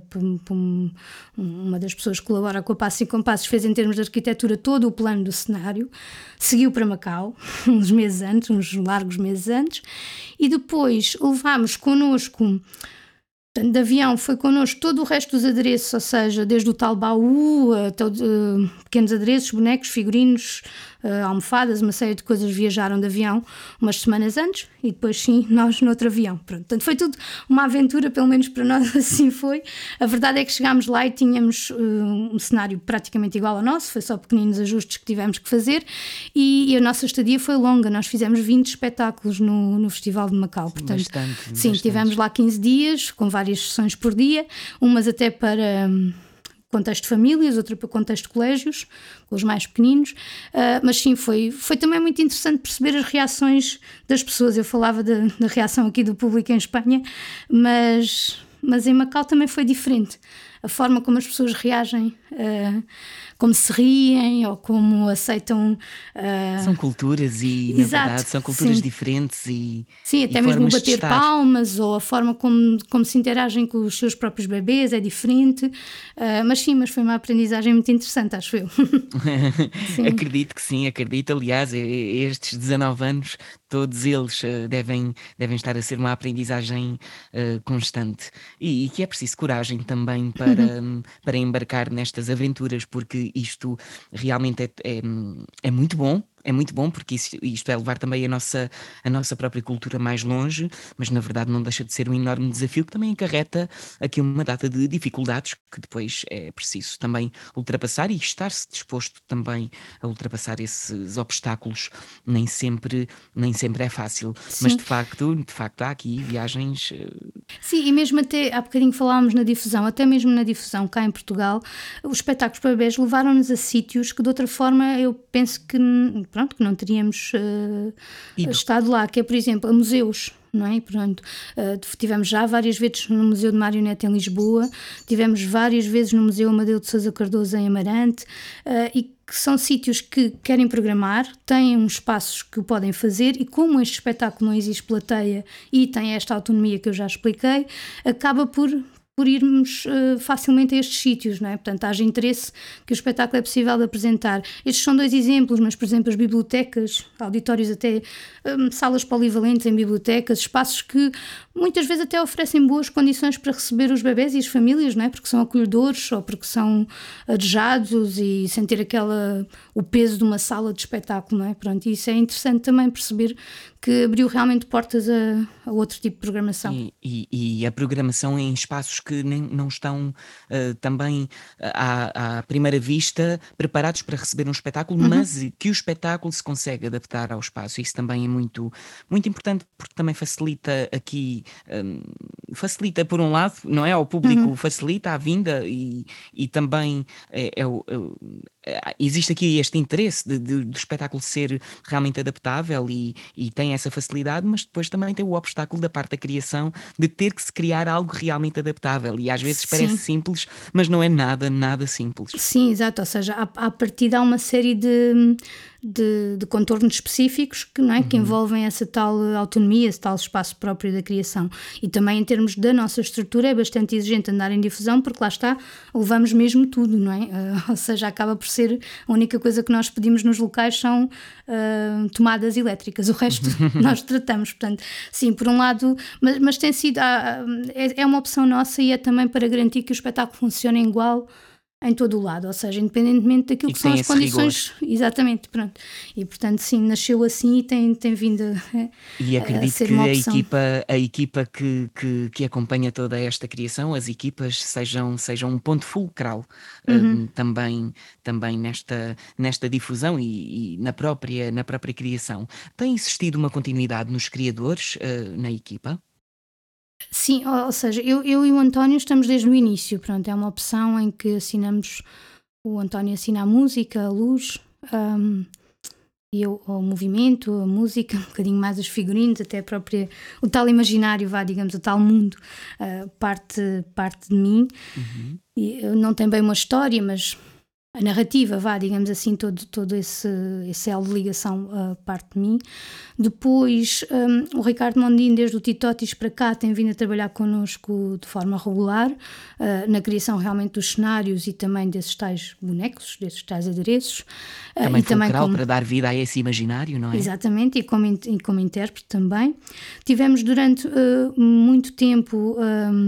uma das pessoas que colabora com a Passos e Compassos fez em termos de arquitetura todo o plano do cenário, seguiu para Macau, uns meses antes, uns largos meses antes, e depois levámos connosco. De avião foi connosco todo o resto dos adereços, ou seja, desde o tal baú, até pequenos adereços, bonecos, figurinos, almofadas, uma série de coisas viajaram de avião umas semanas antes e depois sim, nós no outro avião. Pronto. Portanto, foi tudo uma aventura, pelo menos para nós assim foi. A verdade é que chegámos lá e tínhamos um cenário praticamente igual ao nosso, foi só pequeninos ajustes que tivemos que fazer e a nossa estadia foi longa, nós fizemos 20 espetáculos no Festival de Macau. Portanto, sim, bastante. tivemos lá 15 dias, com várias sessões por dia, umas até para contexto de famílias, outra para contexto de colégios, com os mais pequeninos, mas sim, foi também muito interessante perceber as reações das pessoas. Eu falava da reação aqui do público em Espanha, mas em Macau também foi diferente. A forma como as pessoas reagem, como se riem ou como aceitam. São culturas e, na Exato, verdade, são culturas sim. diferentes Sim, e até mesmo o formas de bater estar. palmas ou a forma como se interagem com os seus próprios bebês é diferente, mas foi uma aprendizagem muito interessante, acho eu. Sim. Acredito que sim, acredito. Aliás, estes 19 anos, todos eles devem estar a ser uma aprendizagem constante. E que é preciso coragem também para embarcar nestas aventuras, porque isto realmente é muito bom. É muito bom porque isto é levar também a nossa própria cultura mais longe, mas na verdade não deixa de ser um enorme desafio que também acarreta aqui uma data de dificuldades que depois é preciso também ultrapassar e estar-se disposto também a ultrapassar esses obstáculos. Nem sempre é fácil, mas Sim. de facto há aqui viagens. Sim, e mesmo até, há bocadinho falávamos na difusão, até mesmo na difusão cá em Portugal, os espetáculos para bebés levaram-nos a sítios que de outra forma eu penso que, pronto, que não teríamos Ido. estado lá, que é, por exemplo, a museus. Não é? Pronto, tivemos já várias vezes no Museu de Marionete em Lisboa, tivemos várias vezes no Museu Amadeu de Sousa Cardoso em Amarante, e que são sítios que querem programar, têm uns espaços que o podem fazer e como este espetáculo não existe plateia e tem esta autonomia que eu já expliquei, acaba por irmos facilmente a estes sítios, não é? Portanto, haja interesse que o espetáculo é possível de apresentar. Estes são 2 exemplos, mas, por exemplo, as bibliotecas, auditórios até, salas polivalentes em bibliotecas, espaços que muitas vezes até oferecem boas condições para receber os bebés e as famílias, não é? Porque são acolhedores ou porque são arejados e sem ter o peso de uma sala de espetáculo, não é? Pronto, e isso é interessante também perceber que abriu realmente portas a outro tipo de programação. E a programação em espaços que não estão também à primeira vista preparados para receber um espetáculo, mas que o espetáculo se consegue adaptar ao espaço. Isso também é muito, muito importante porque também facilita aqui, facilita por um lado, não é? Ao público facilita a vinda e também existe aqui este interesse do espetáculo ser realmente adaptável e tem essa facilidade, mas depois também tem o obstáculo da parte da criação de ter que se criar algo realmente adaptável e às vezes parece Sim. simples, mas não é nada simples. Sim, exato, ou seja, à partida há uma série de contornos específicos que, não é, que envolvem essa tal autonomia, esse tal espaço próprio da criação. E também em termos da nossa estrutura é bastante exigente andar em difusão porque lá está, levamos mesmo tudo, não é? Ou seja, acaba por ser a única coisa que nós pedimos nos locais são tomadas elétricas, o resto nós tratamos, portanto, sim, por um lado, mas tem sido, é uma opção nossa e é também para garantir que o espetáculo funcione igual em todo o lado, ou seja, independentemente daquilo E que que são tem as esse condições, exatamente, pronto. E portanto, sim, nasceu assim e tem vindo E a acredito ser que uma a opção. equipa que acompanha toda esta criação, as equipas sejam um ponto fulcral também nesta difusão e na própria criação. Tem existido uma continuidade nos criadores na equipa? Sim, ou seja, eu e o António estamos desde o início, pronto, é uma opção em que assinamos o António assina a música, a luz, e eu o movimento, a música, um bocadinho mais os figurinos, até a própria, o tal imaginário, digamos, o tal mundo, parte de mim. E não tem bem uma história, mas a narrativa, digamos assim, todo esse elo de ligação parte de mim. Depois, o Ricardo Mondino, desde o Titotis para cá, tem vindo a trabalhar connosco de forma regular, na criação realmente dos cenários e também desses tais bonecos, desses tais adereços. Também fulcral para dar vida a esse imaginário, não é? Exatamente, e como intérprete também. Tivemos durante muito tempo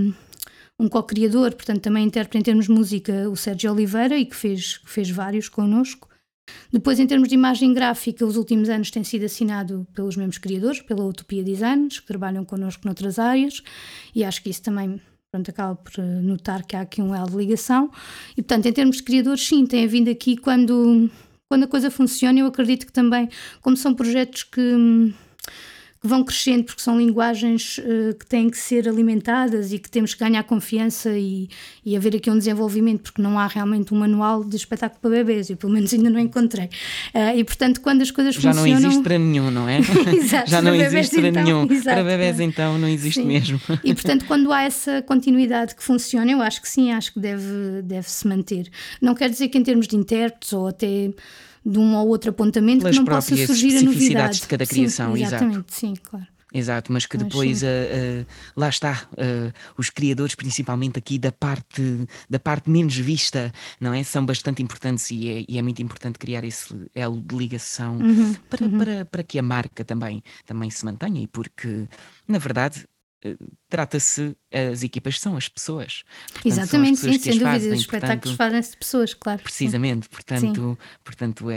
um co-criador, portanto também intérprete em termos de música, o Sérgio Oliveira, e que fez vários connosco. Depois, em termos de imagem gráfica, os últimos anos tem sido assinado pelos mesmos criadores, pela Utopia Designs, que trabalham connosco noutras áreas, e acho que isso também, acaba por notar que há aqui um elo de ligação. E, portanto, em termos de criadores, sim, tem vindo aqui quando a coisa funciona. Eu acredito que também, como são projetos que vão crescendo, porque são linguagens que têm que ser alimentadas e que temos que ganhar confiança e haver aqui um desenvolvimento, porque não há realmente um manual de espetáculo para bebés, eu pelo menos ainda não encontrei. E portanto, quando as coisas funcionam... Já não existe para nenhum, não é? Exato, já não existe para então, nenhum. Exato, para bebés então não existe mesmo. E portanto, quando há essa continuidade que funciona, eu acho que sim, acho que deve-se manter. Não quer dizer que em termos de intérpretes ou até de um ou outro apontamento que não possa surgir a novidade. Especificidades de cada criação, sim, exatamente, exato. sim, claro. Exato, mas que depois lá está, os criadores, principalmente aqui da parte menos vista, não é? São bastante importantes e é muito importante criar esse elo de ligação para que a marca também se mantenha, e porque, na verdade, trata-se, as equipas são as pessoas. Portanto, exatamente, são as pessoas sim, sem dúvida, fazem, os espetáculos fazem-se de pessoas, claro. Precisamente, sim. portanto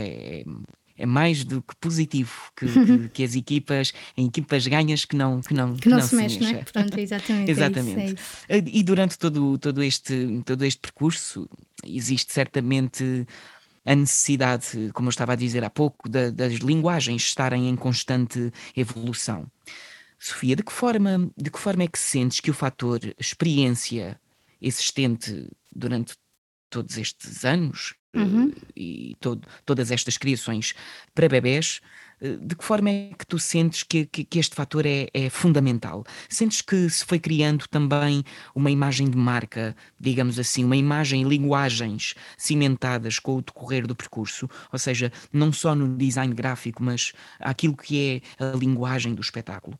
é mais do que positivo que as equipas, em equipas ganhas que não se mexe, não é? Pronto, exatamente. Exatamente. É isso. E durante todo este percurso existe certamente a necessidade, como eu estava a dizer há pouco, das linguagens estarem em constante evolução. Sofia, de que forma é que sentes que o fator experiência existente durante todos estes anos e todas estas criações para bebés, de que forma é que tu sentes que este fator é fundamental? Sentes que se foi criando também uma imagem de marca, digamos assim, uma imagem e linguagens cimentadas com o decorrer do percurso? Ou seja, não só no design gráfico, mas aquilo que é a linguagem do espetáculo?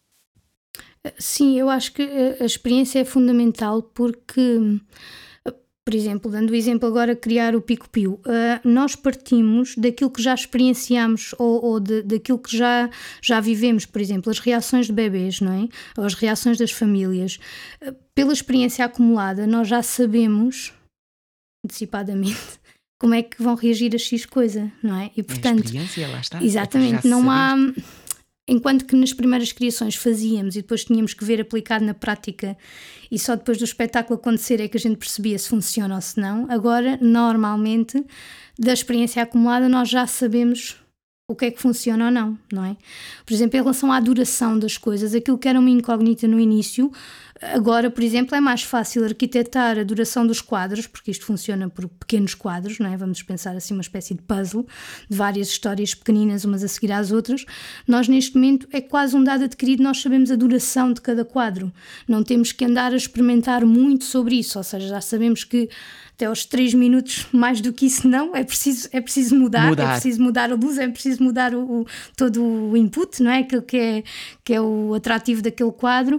Sim, eu acho que a experiência é fundamental porque, por exemplo, dando o exemplo agora, criar o Pico Pio, nós partimos daquilo que já experienciamos ou daquilo que já vivemos, por exemplo, as reações de bebês, não é? Ou as reações das famílias. Pela experiência acumulada, nós já sabemos, antecipadamente, como é que vão reagir a X coisa, não é? E portanto, a experiência, lá está. Exatamente, não há... Enquanto que nas primeiras criações fazíamos e depois tínhamos que ver aplicado na prática e só depois do espetáculo acontecer é que a gente percebia se funciona ou se não, agora, normalmente, da experiência acumulada, nós já sabemos o que é que funciona ou não, não é? Por exemplo, em relação à duração das coisas, aquilo que era uma incógnita no início, agora, por exemplo, é mais fácil arquitetar a duração dos quadros, porque isto funciona por pequenos quadros, não é? Vamos pensar assim uma espécie de puzzle, de várias histórias pequeninas, umas a seguir às outras. Nós, neste momento, é quase um dado adquirido, nós sabemos a duração de cada quadro. Não temos que andar a experimentar muito sobre isso, ou seja, já sabemos que até aos 3 minutos, mais do que isso não, é preciso mudar. É preciso mudar a luz, é preciso mudar todo o input, não é? Aquilo que é o atrativo daquele quadro.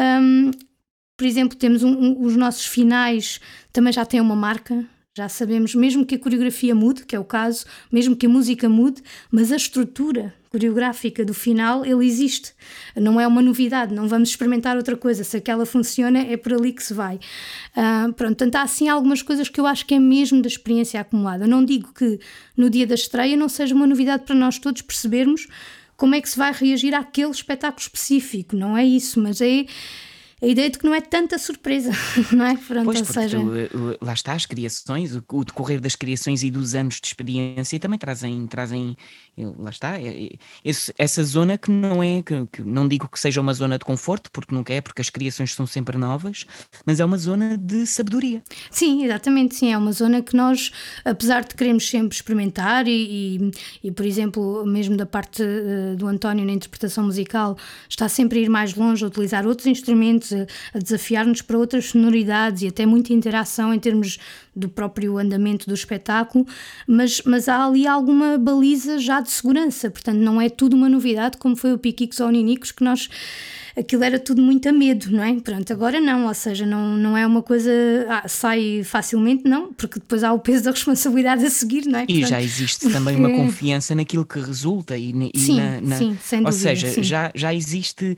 Por exemplo, temos os nossos finais, também já têm uma marca, já sabemos, mesmo que a coreografia mude, que é o caso, mesmo que a música mude, mas a estrutura coreográfica do final, ele existe, não é uma novidade, não vamos experimentar outra coisa, se aquela funciona é por ali que se vai. Portanto, há assim algumas coisas que eu acho que é mesmo da experiência acumulada. Não digo que no dia da estreia não seja uma novidade para nós todos percebermos como é que se vai reagir àquele espetáculo específico, não é isso, mas é a ideia de que não é tanta surpresa, não é? Pronto, Pois, ou porque seja, lá está, as criações, o decorrer das criações e dos anos de experiência também trazem lá está, essa zona que não é, que não digo que seja uma zona de conforto, porque nunca é, porque as criações são sempre novas, mas é uma zona de sabedoria. sim, exatamente, sim, é uma zona que nós, apesar de queremos sempre experimentar por exemplo, mesmo da parte do António na interpretação musical, está sempre a ir mais longe, a utilizar outros instrumentos, a desafiar-nos para outras sonoridades e até muita interação em termos do próprio andamento do espetáculo, mas há ali alguma baliza já de segurança, portanto não é tudo uma novidade como foi o Piquicos ou o Ninicos, que nós aquilo era tudo muito a medo, não é? Pronto, agora não, ou seja, não é uma coisa, sai facilmente, não, porque depois há o peso da responsabilidade a seguir, não é? E Portanto, já existe também uma confiança naquilo que resulta sim, sim, sem ou dúvida, seja, sim. já existe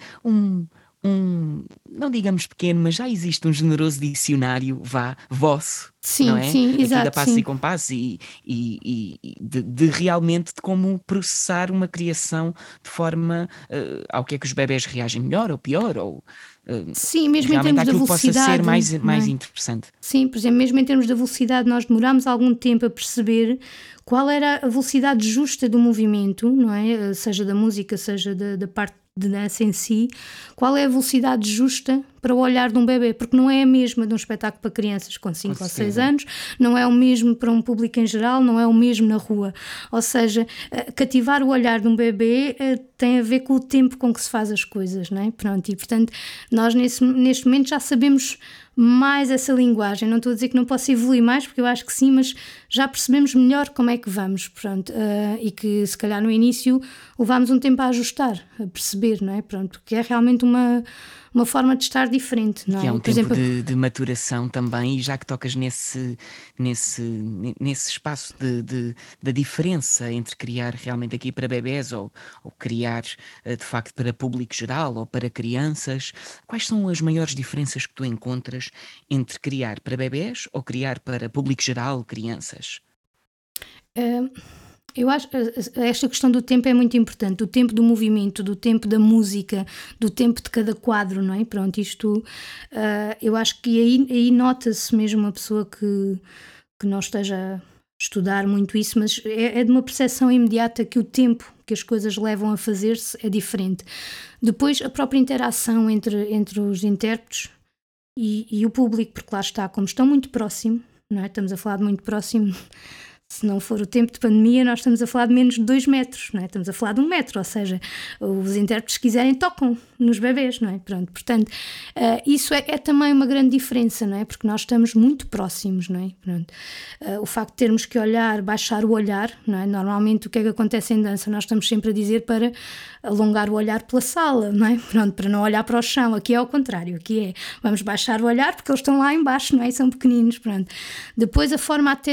não digamos pequeno, mas já existe um generoso dicionário, vosso, não Sim, é? sim, Aqui da exato, Passos e sim. Compassos e de realmente de como processar uma criação de forma ao que é que os bebés reagem melhor ou pior, ou Sim, mesmo em realmente termos da àquilo que possa ser velocidade, não mais é? interessante. Sim, por exemplo, mesmo em termos da velocidade, nós demorámos algum tempo a perceber qual era a velocidade justa do movimento, não é? Seja da música, seja da parte de dança em si, qual é a velocidade justa para o olhar de um bebê, porque não é a mesma de um espetáculo para crianças com Com 5 ou 6 certeza. anos, não é o mesmo para um público em geral, não é o mesmo na rua. Ou seja, cativar o olhar de um bebê tem a ver com o tempo com que se faz as coisas, não é? Pronto, e portanto, nós neste momento já sabemos mais essa linguagem. Não estou a dizer que não possa evoluir mais, porque eu acho que sim, mas já percebemos melhor como é que vamos, pronto, e que se calhar no início levámos um tempo a ajustar, a perceber, não é? Pronto, porque é realmente uma forma de estar diferente, não Que é é? um Por tempo exemplo, de maturação também, e já que tocas nesse espaço da diferença entre criar realmente aqui para bebés ou criar de facto para público geral ou para crianças, quais são as maiores diferenças que tu encontras entre criar para bebés ou criar para público geral, crianças? eh, eu acho que esta questão do tempo é muito importante, do tempo do movimento, do tempo da música, do tempo de cada quadro, não é? Pronto, isto eu acho que aí nota-se mesmo uma pessoa que não esteja a estudar muito isso, mas é de uma percepção imediata que o tempo que as coisas levam a fazer-se é diferente. Depois, a própria interação entre os intérpretes e o público, porque lá está, como estão muito próximo, não é? Estamos a falar de muito próximo. Se não for o tempo de pandemia, nós estamos a falar de menos de 2 metros, não é? Estamos a falar de 1 metro, ou seja, os intérpretes, se quiserem, tocam nos bebés, não é? Pronto, portanto, isso é também uma grande diferença, não é? Porque nós estamos muito próximos, não é? Pronto. O facto de termos que olhar, baixar o olhar, não é? Normalmente o que é que acontece em dança? Nós estamos sempre a dizer para alongar o olhar pela sala, não é? Pronto, para não olhar para o chão. Aqui é ao contrário, aqui é vamos baixar o olhar porque eles estão lá em baixo, não é? E são pequeninos, pronto. Depois a forma até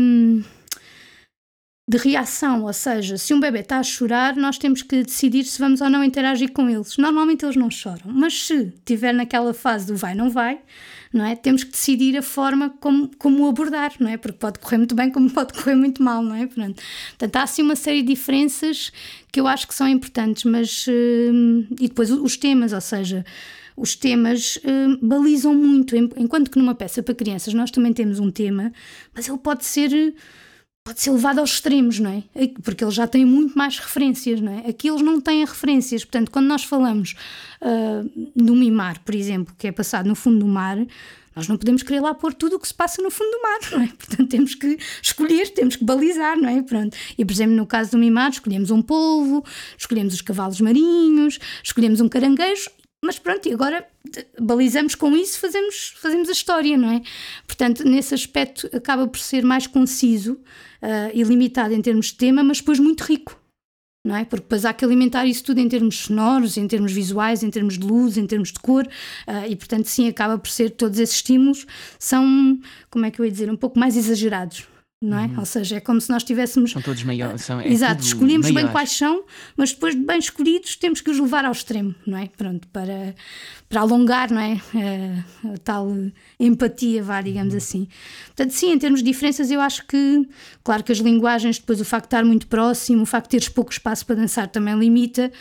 de reação, ou seja, se um bebê está a chorar, nós temos que decidir se vamos ou não interagir com eles. Normalmente eles não choram, mas se estiver naquela fase do vai, não vai, não é? Temos que decidir a forma como o abordar, não é? Porque pode correr muito bem como pode correr muito mal, não é? Pronto. Portanto, há assim uma série de diferenças que eu acho que são importantes, mas e depois os temas, ou seja, os temas balizam muito, enquanto que numa peça para crianças nós também temos um tema, mas ele pode ser levado aos extremos, não é? Porque eles já têm muito mais referências, não é? Aqui eles não têm referências, portanto, quando nós falamos do mimar, por exemplo, que é passado no fundo do mar, nós não podemos querer lá pôr tudo o que se passa no fundo do mar, não é? Portanto, temos que escolher, temos que balizar, não é? Pronto. E, por exemplo, no caso do mimar, escolhemos um polvo, escolhemos os cavalos marinhos, escolhemos um caranguejo, mas pronto, e agora balizamos com isso, fazemos a história, não é? Portanto, nesse aspecto acaba por ser mais conciso e limitado em termos de tema, mas depois muito rico, não é? Porque depois há que alimentar isso tudo em termos sonoros, em termos visuais, em termos de luz, em termos de cor, e portanto sim, acaba por ser, todos esses estímulos são, como é que eu ia dizer, um pouco mais exagerados. Não é? Ou seja, é como se nós tivéssemos. São todos maiores, Exato, tudo escolhemos bem maiores. quais são, mas depois de bem escolhidos temos que os levar ao extremo, não é? Pronto, para alongar, não é? A tal empatia, vá, digamos assim. Portanto, sim, em termos de diferenças, eu acho que, claro que as linguagens, depois o facto de estar muito próximo, o facto de teres pouco espaço para dançar também limita,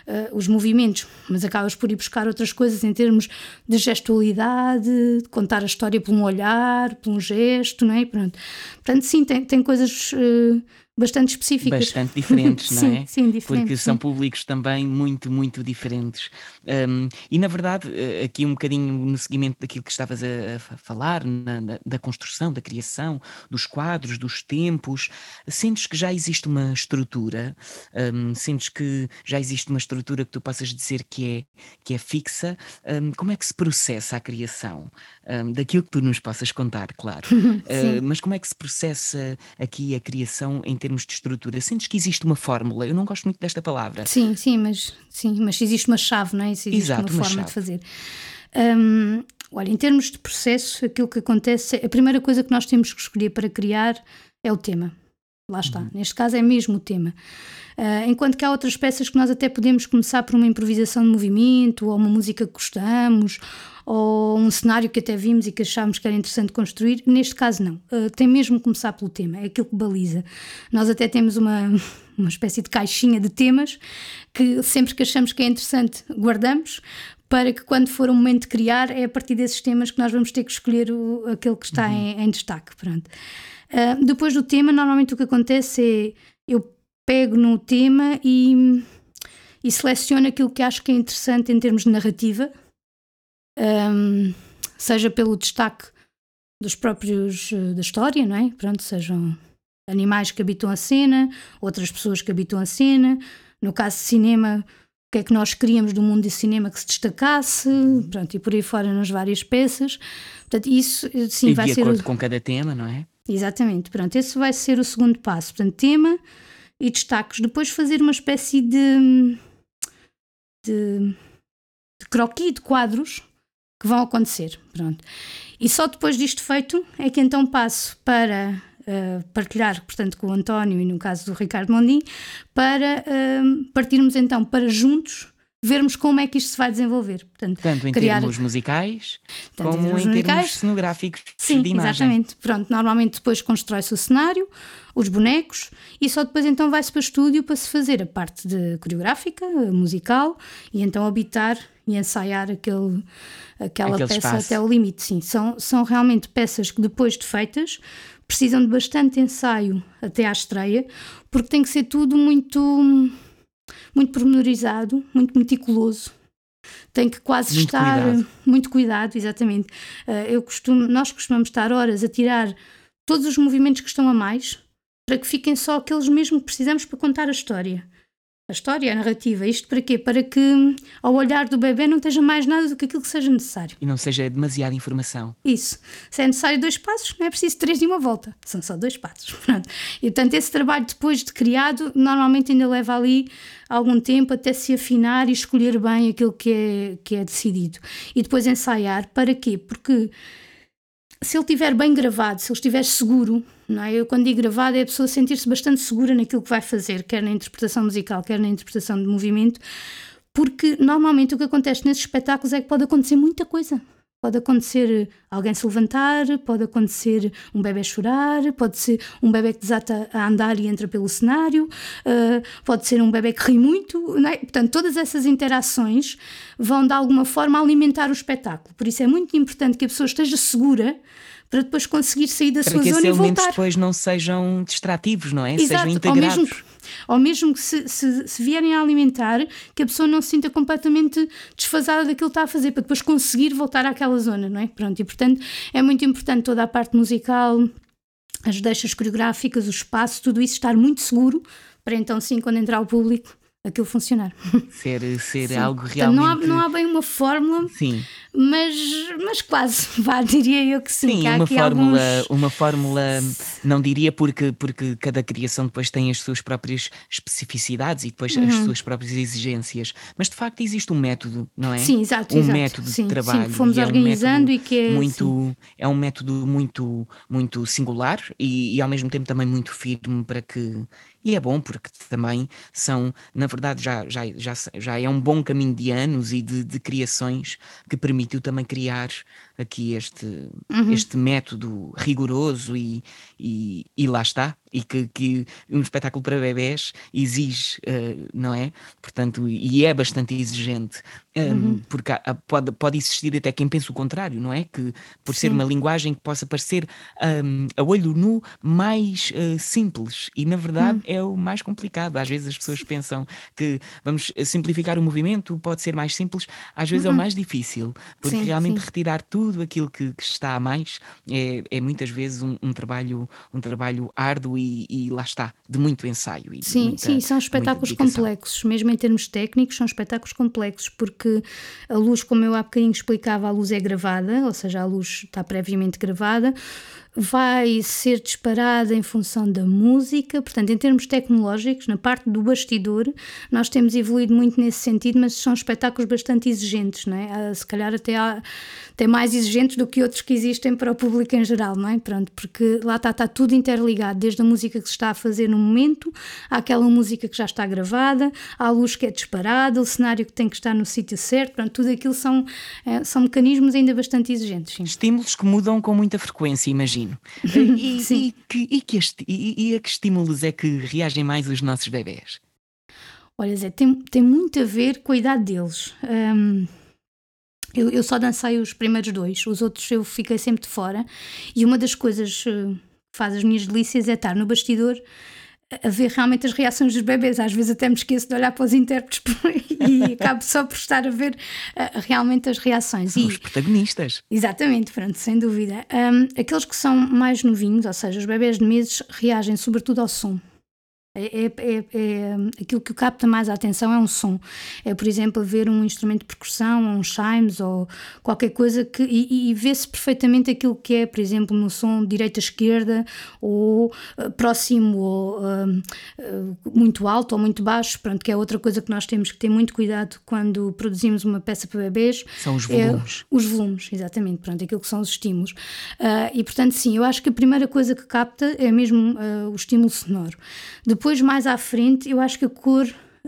os movimentos, mas acabas por ir buscar outras coisas em termos de gestualidade, de contar a história por um olhar, por um gesto, não é? Pronto. Portanto, sim, tem coisas bastante específicas. Bastante diferentes, não Sim, é? sim, Porque diferentes, são sim. públicos também muito, muito diferentes. E na verdade, aqui um bocadinho no seguimento daquilo que estavas a falar, da construção, da criação, dos quadros, dos tempos, sentes que já existe uma estrutura? Sentes que já existe uma estrutura que tu possas dizer que é fixa? Como é que se processa a criação? Daquilo que tu nos possas contar, claro. Sim. Mas como é que se processa aqui a criação em termos de estrutura? Sentes que existe uma fórmula? Eu não gosto muito desta palavra. Sim, mas se existe uma chave, não é? Se existe uma Exato, uma forma de chave. fazer. Olha, em termos de processo, aquilo que acontece, a primeira coisa que nós temos que escolher para criar é o tema. Lá está. Uhum. Neste caso é mesmo o tema. Enquanto que há outras peças que nós até podemos começar por uma improvisação de movimento, ou uma música que gostamos, ou um cenário que até vimos e que achámos que era interessante construir. Neste caso, não. Tem mesmo que começar pelo tema, é aquilo que baliza. Nós até temos uma espécie de caixinha de temas que sempre que achamos que é interessante guardamos, para que quando for o momento de criar é a partir desses temas que nós vamos ter que escolher aquele que está Uhum. em destaque. Pronto. Depois do tema, normalmente o que acontece é eu pego no tema e seleciono aquilo que acho que é interessante em termos de narrativa, seja pelo destaque dos próprios da história, não é? Pronto, sejam animais que habitam a cena, outras pessoas que habitam a cena. No caso de cinema, o que é que nós queríamos do mundo de cinema que se destacasse, pronto, e por aí fora nas várias peças. Portanto, isso sim E vai de ser acordo com cada tema, não é? exatamente, pronto, esse vai ser o segundo passo. Portanto, tema e destaques. Depois fazer uma espécie de croquis, de quadros que vão acontecer, pronto. E só depois disto feito é que então passo para partilhar, portanto, com o António e no caso do Ricardo Mondim, para partirmos então para juntos vermos como é que isto se vai desenvolver. Portanto, Tanto em criar, termos musicais, tanto em como termos em termos musicais. cenográficos Sim, de imagem. exatamente. Pronto, normalmente depois constrói-se o cenário, os bonecos, e só depois então vai-se para o estúdio para se fazer a parte de coreográfica, musical, e então habitar e ensaiar aquela Aquele peça espaço. até ao limite. Sim, são realmente peças que depois de feitas precisam de bastante ensaio até à estreia, porque tem que ser tudo muito pormenorizado, muito meticuloso. Tem que quase Muito estar cuidado. muito cuidado, exatamente. Nós costumamos estar horas a tirar todos os movimentos que estão a mais para que fiquem só aqueles mesmo que precisamos para contar a história. A história, a narrativa. Isto para quê? Para que ao olhar do bebê não esteja mais nada do que aquilo que seja necessário. E não seja demasiada informação. Isso. Se é necessário 2 passos, não é preciso 3 e uma volta. São só 2 passos. Pronto. E portanto, esse trabalho depois de criado, normalmente ainda leva ali algum tempo até se afinar e escolher bem aquilo que é decidido. E depois ensaiar. Para quê? Porque se ele estiver bem gravado, se ele estiver seguro, não é? Eu quando digo gravado é a pessoa sentir-se bastante segura naquilo que vai fazer, quer na interpretação musical, quer na interpretação de movimento, porque normalmente o que acontece nesses espetáculos é que pode acontecer muita coisa. Pode acontecer alguém se levantar, pode acontecer um bebê chorar, pode ser um bebê que desata a andar e entra pelo cenário, pode ser um bebê que ri muito, não é? Portanto, todas essas interações vão de alguma forma alimentar o espetáculo. Por isso é muito importante que a pessoa esteja segura para depois conseguir sair da Para sua que esses zona e elementos voltar. depois não sejam distrativos, não é? Sejam Exato, integrados. ou mesmo que se vierem a alimentar, que a pessoa não se sinta completamente desfasada daquilo que está a fazer, para depois conseguir voltar àquela zona, não é? Pronto, e portanto é muito importante toda a parte musical, as deixas coreográficas, o espaço, tudo isso estar muito seguro, para então sim, quando entrar o público, aquilo funcionar. Ser Sim. algo Portanto, não realmente. há bem uma fórmula, Sim. mas quase, diria eu que sim, Sim, que há uma aqui fórmula, alguns... uma fórmula, não diria porque cada criação depois tem as suas próprias especificidades e depois as suas próprias exigências, mas de facto existe um método, não é? Sim, exato, Um exato. método de Sim, que trabalho fomos e organizando e que é, sim. é um método muito singular e ao mesmo tempo também muito firme para que e é bom porque também são, na verdade, já é um bom caminho de anos e de criações que permitiu também criar aqui este método rigoroso e lá está, e que um espetáculo para bebés exige, não é? Portanto, e é bastante exigente, porque pode existir até quem pense o contrário, não é? Que por ser Sim, uma linguagem que possa parecer a olho nu mais simples, e na verdade é o mais complicado. Às vezes as pessoas pensam que vamos simplificar o movimento, pode ser mais simples, às vezes é o mais difícil, porque sim, realmente sim. retirar tudo aquilo que está a mais é muitas vezes um trabalho árduo e lá está, de muito ensaio e Sim, sim, são de muita espetáculos dedicação. complexos, mesmo em termos técnicos, são espetáculos complexos, porque a luz, como eu há bocadinho explicava, a luz é gravada, ou seja, a luz está previamente gravada, vai ser disparada em função da música, portanto, em termos tecnológicos, na parte do bastidor, nós temos evoluído muito nesse sentido, mas são espetáculos bastante exigentes, não é? Se calhar até mais exigentes do que outros que existem para o público em geral, não é? Pronto, porque lá está tudo interligado, desde a música que se está a fazer no momento, àquela música que já está gravada, à luz que é disparada, o cenário que tem que estar no sítio certo, pronto, tudo aquilo são mecanismos ainda bastante exigentes, sim. Estímulos que mudam com muita frequência, imagino. Sim. E a que estímulos é que reagem mais os nossos bebés? Olha, Zé, tem muito a ver com a idade deles. Eu só dancei os primeiros dois, os outros eu fiquei sempre de fora, e uma das coisas que faz as minhas delícias é estar no bastidor a ver realmente as reações dos bebês. Às vezes até me esqueço de olhar para os intérpretes e acabo só por estar a ver realmente as reações. São os protagonistas. Exatamente, pronto, sem dúvida. Aqueles que são mais novinhos, ou seja, os bebés de meses, reagem sobretudo ao som. Aquilo que capta mais a atenção é um som. É, por exemplo, ver um instrumento de percussão, ou um chimes, ou qualquer coisa e vê-se perfeitamente aquilo que é, por exemplo, no som direita-esquerda, ou próximo, ou muito alto, ou muito baixo. Pronto, que é outra coisa que nós temos que ter muito cuidado quando produzimos uma peça para bebês. São os volumes. Os volumes, exatamente, pronto, aquilo que são os estímulos. E, portanto, sim, eu acho que a primeira coisa que capta é mesmo o estímulo sonoro. Depois, mais à frente, eu acho que a cor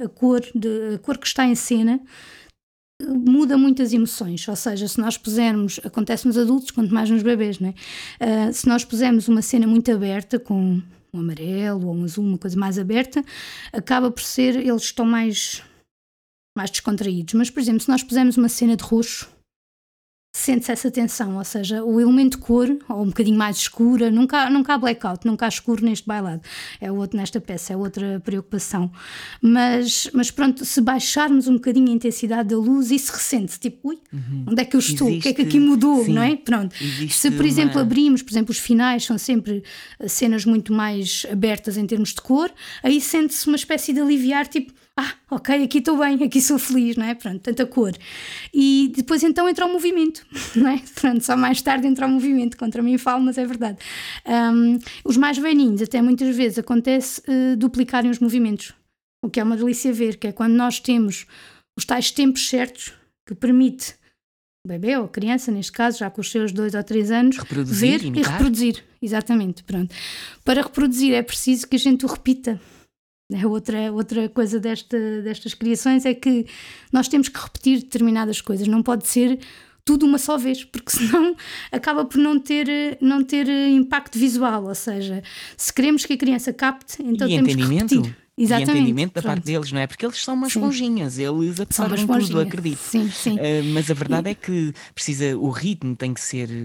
que está em cena muda muitas emoções, ou seja, se nós pusermos, acontece nos adultos, quanto mais nos bebês, não é? Se nós pusermos uma cena muito aberta, com um amarelo ou um azul, uma coisa mais aberta, acaba por ser, eles estão mais descontraídos. Mas, por exemplo, se nós pusermos uma cena de roxo, sente-se essa tensão, ou seja, o elemento cor, ou um bocadinho mais escura, nunca há blackout, nunca há escuro neste bailado, nesta peça, é outra preocupação. Mas pronto, se baixarmos um bocadinho a intensidade da luz, isso ressente-se, tipo, ui, onde é que eu estou? O que é que aqui mudou, sim, não é? Pronto. Se, por exemplo, abrimos, por exemplo, os finais são sempre cenas muito mais abertas em termos de cor, aí sente-se uma espécie de aliviar, tipo, ok, aqui estou bem, aqui sou feliz, não é? Pronto, tanta cor. E depois então entra o movimento, não é? Pronto, só mais tarde entra o movimento, contra mim falo, mas é verdade. Os mais velhinhos, até muitas vezes acontece duplicarem os movimentos, o que é uma delícia ver, que é quando nós temos os tais tempos certos que permite o bebê ou a criança, neste caso, já com os seus 2 ou 3 anos, ver imitar. e reproduzir. Exatamente, pronto. Para reproduzir é preciso que a gente o repita. Outra coisa destas criações é que nós temos que repetir determinadas coisas, não pode ser tudo uma só vez, porque senão acaba por não ter impacto visual, ou seja, se queremos que a criança capte, então temos que repetir. Exatamente. E entendimento da parte deles, não é? Porque eles são umas esponjinhas, eles absorvem tudo, acredito. Sim, sim. Mas a verdade é que o ritmo tem que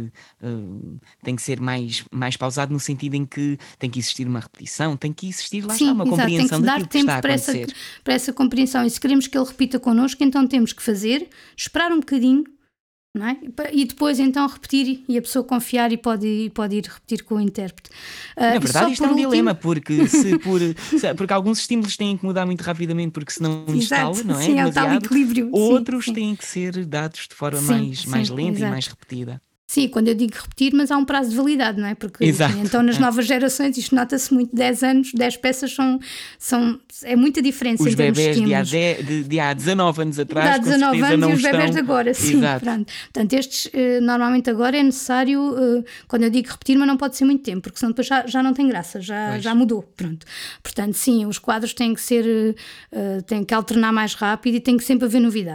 ser mais pausado, no sentido em que tem que existir uma repetição, tem que existir, lá está, uma compreensão daquilo que está a acontecer. Para essa compreensão, e se queremos que ele repita connosco, então temos que esperar um bocadinho, não é? E depois então repetir, e a pessoa confiar e pode ir repetir com o intérprete. Na verdade isto é um dilema, porque porque alguns estímulos têm que mudar muito rapidamente, porque senão instala, não é? Sim, é o tal equilíbrio. Outros têm que ser dados de forma mais lenta e mais repetida. Sim, quando eu digo repetir, mas há um prazo de validade, não é? Porque então nas novas gerações isto nota-se muito, 10 anos, 10 peças é muita diferença os em termos de estímulos. Os bebés de há 19 anos atrás, há 19 anos não e os bebés estão... de agora, sim. Exato. Pronto. Portanto, estes normalmente agora é necessário, quando eu digo repetir, mas não pode ser muito tempo, porque senão depois já não tem graça, já mudou. Pronto. Portanto, sim, os quadros têm que alternar mais rápido e tem que sempre haver novidade.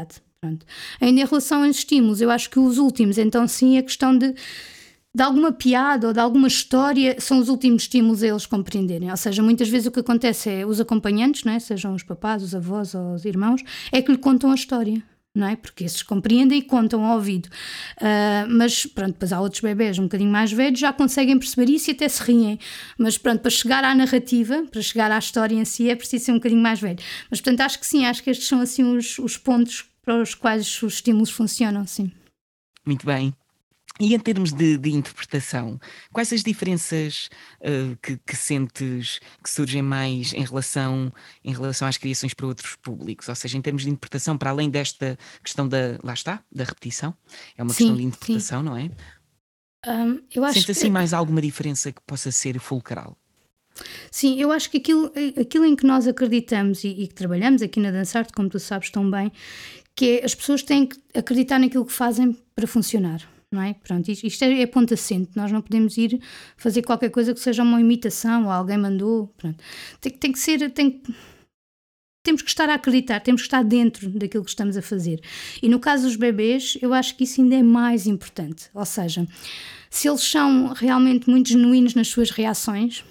Pronto. Ainda em relação aos estímulos, eu acho que os últimos, então sim, a questão de alguma piada ou de alguma história são os últimos estímulos a eles compreenderem. Ou seja, muitas vezes o que acontece é os acompanhantes, não é? Sejam os papás, os avós ou os irmãos, é que lhe contam a história. Não é? Porque esses compreendem e contam ao ouvido. Mas pronto, depois há outros bebés um bocadinho mais velhos, já conseguem perceber isso e até se riem. Mas pronto, para chegar à narrativa, para chegar à história em si, é preciso ser um bocadinho mais velho. Mas portanto acho que sim, acho que estes são assim os pontos para os quais os estímulos funcionam, sim. Muito bem. E em termos de interpretação, quais as diferenças que sentes que surgem mais em relação às criações para outros públicos? Ou seja, em termos de interpretação, para além desta questão lá está, da repetição, é uma questão Sim, de sim. interpretação, não é? Eu acho Sente assim que mais alguma diferença que possa ser fulcral? sim, eu acho que aquilo em que nós acreditamos e que trabalhamos aqui na Dançarte, como tu sabes tão bem, que é as pessoas têm que acreditar naquilo que fazem para funcionar. Não é? Pronto, isto é ponto assente, nós não podemos ir fazer qualquer coisa que seja uma imitação ou alguém mandou. Pronto. Tem que ser, temos que estar a acreditar, temos que estar dentro daquilo que estamos a fazer. E no caso dos bebês, eu acho que isso ainda é mais importante. Ou seja, se eles são realmente muito genuínos nas suas reações,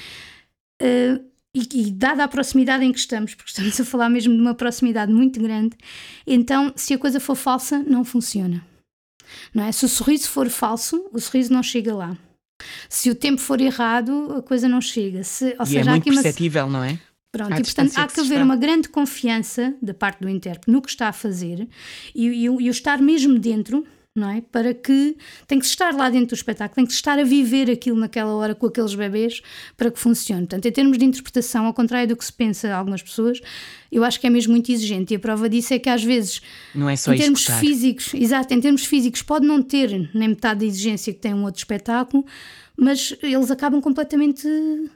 e dada a proximidade em que estamos, porque estamos a falar mesmo de uma proximidade muito grande, então se a coisa for falsa, não funciona. Não é? Se o sorriso for falso, o sorriso não chega lá. Se o tempo for errado, a coisa não chega. Ou E seja, é há muito aqui uma... perceptível, não é? Pronto, À e portanto distância há que que se haver está. uma grande confiança da parte do intérprete no que está a fazer e o estar mesmo dentro, não é? Para que tem que estar lá dentro do espetáculo, tem que estar a viver aquilo naquela hora com aqueles bebês para que funcione. Portanto, em termos de interpretação, ao contrário do que se pensa a algumas pessoas, eu acho que é mesmo muito exigente e a prova disso é que às vezes, Não é só em termos executar. físicos, exato, em termos físicos pode não ter nem metade da exigência que tem um outro espetáculo, mas eles acabam completamente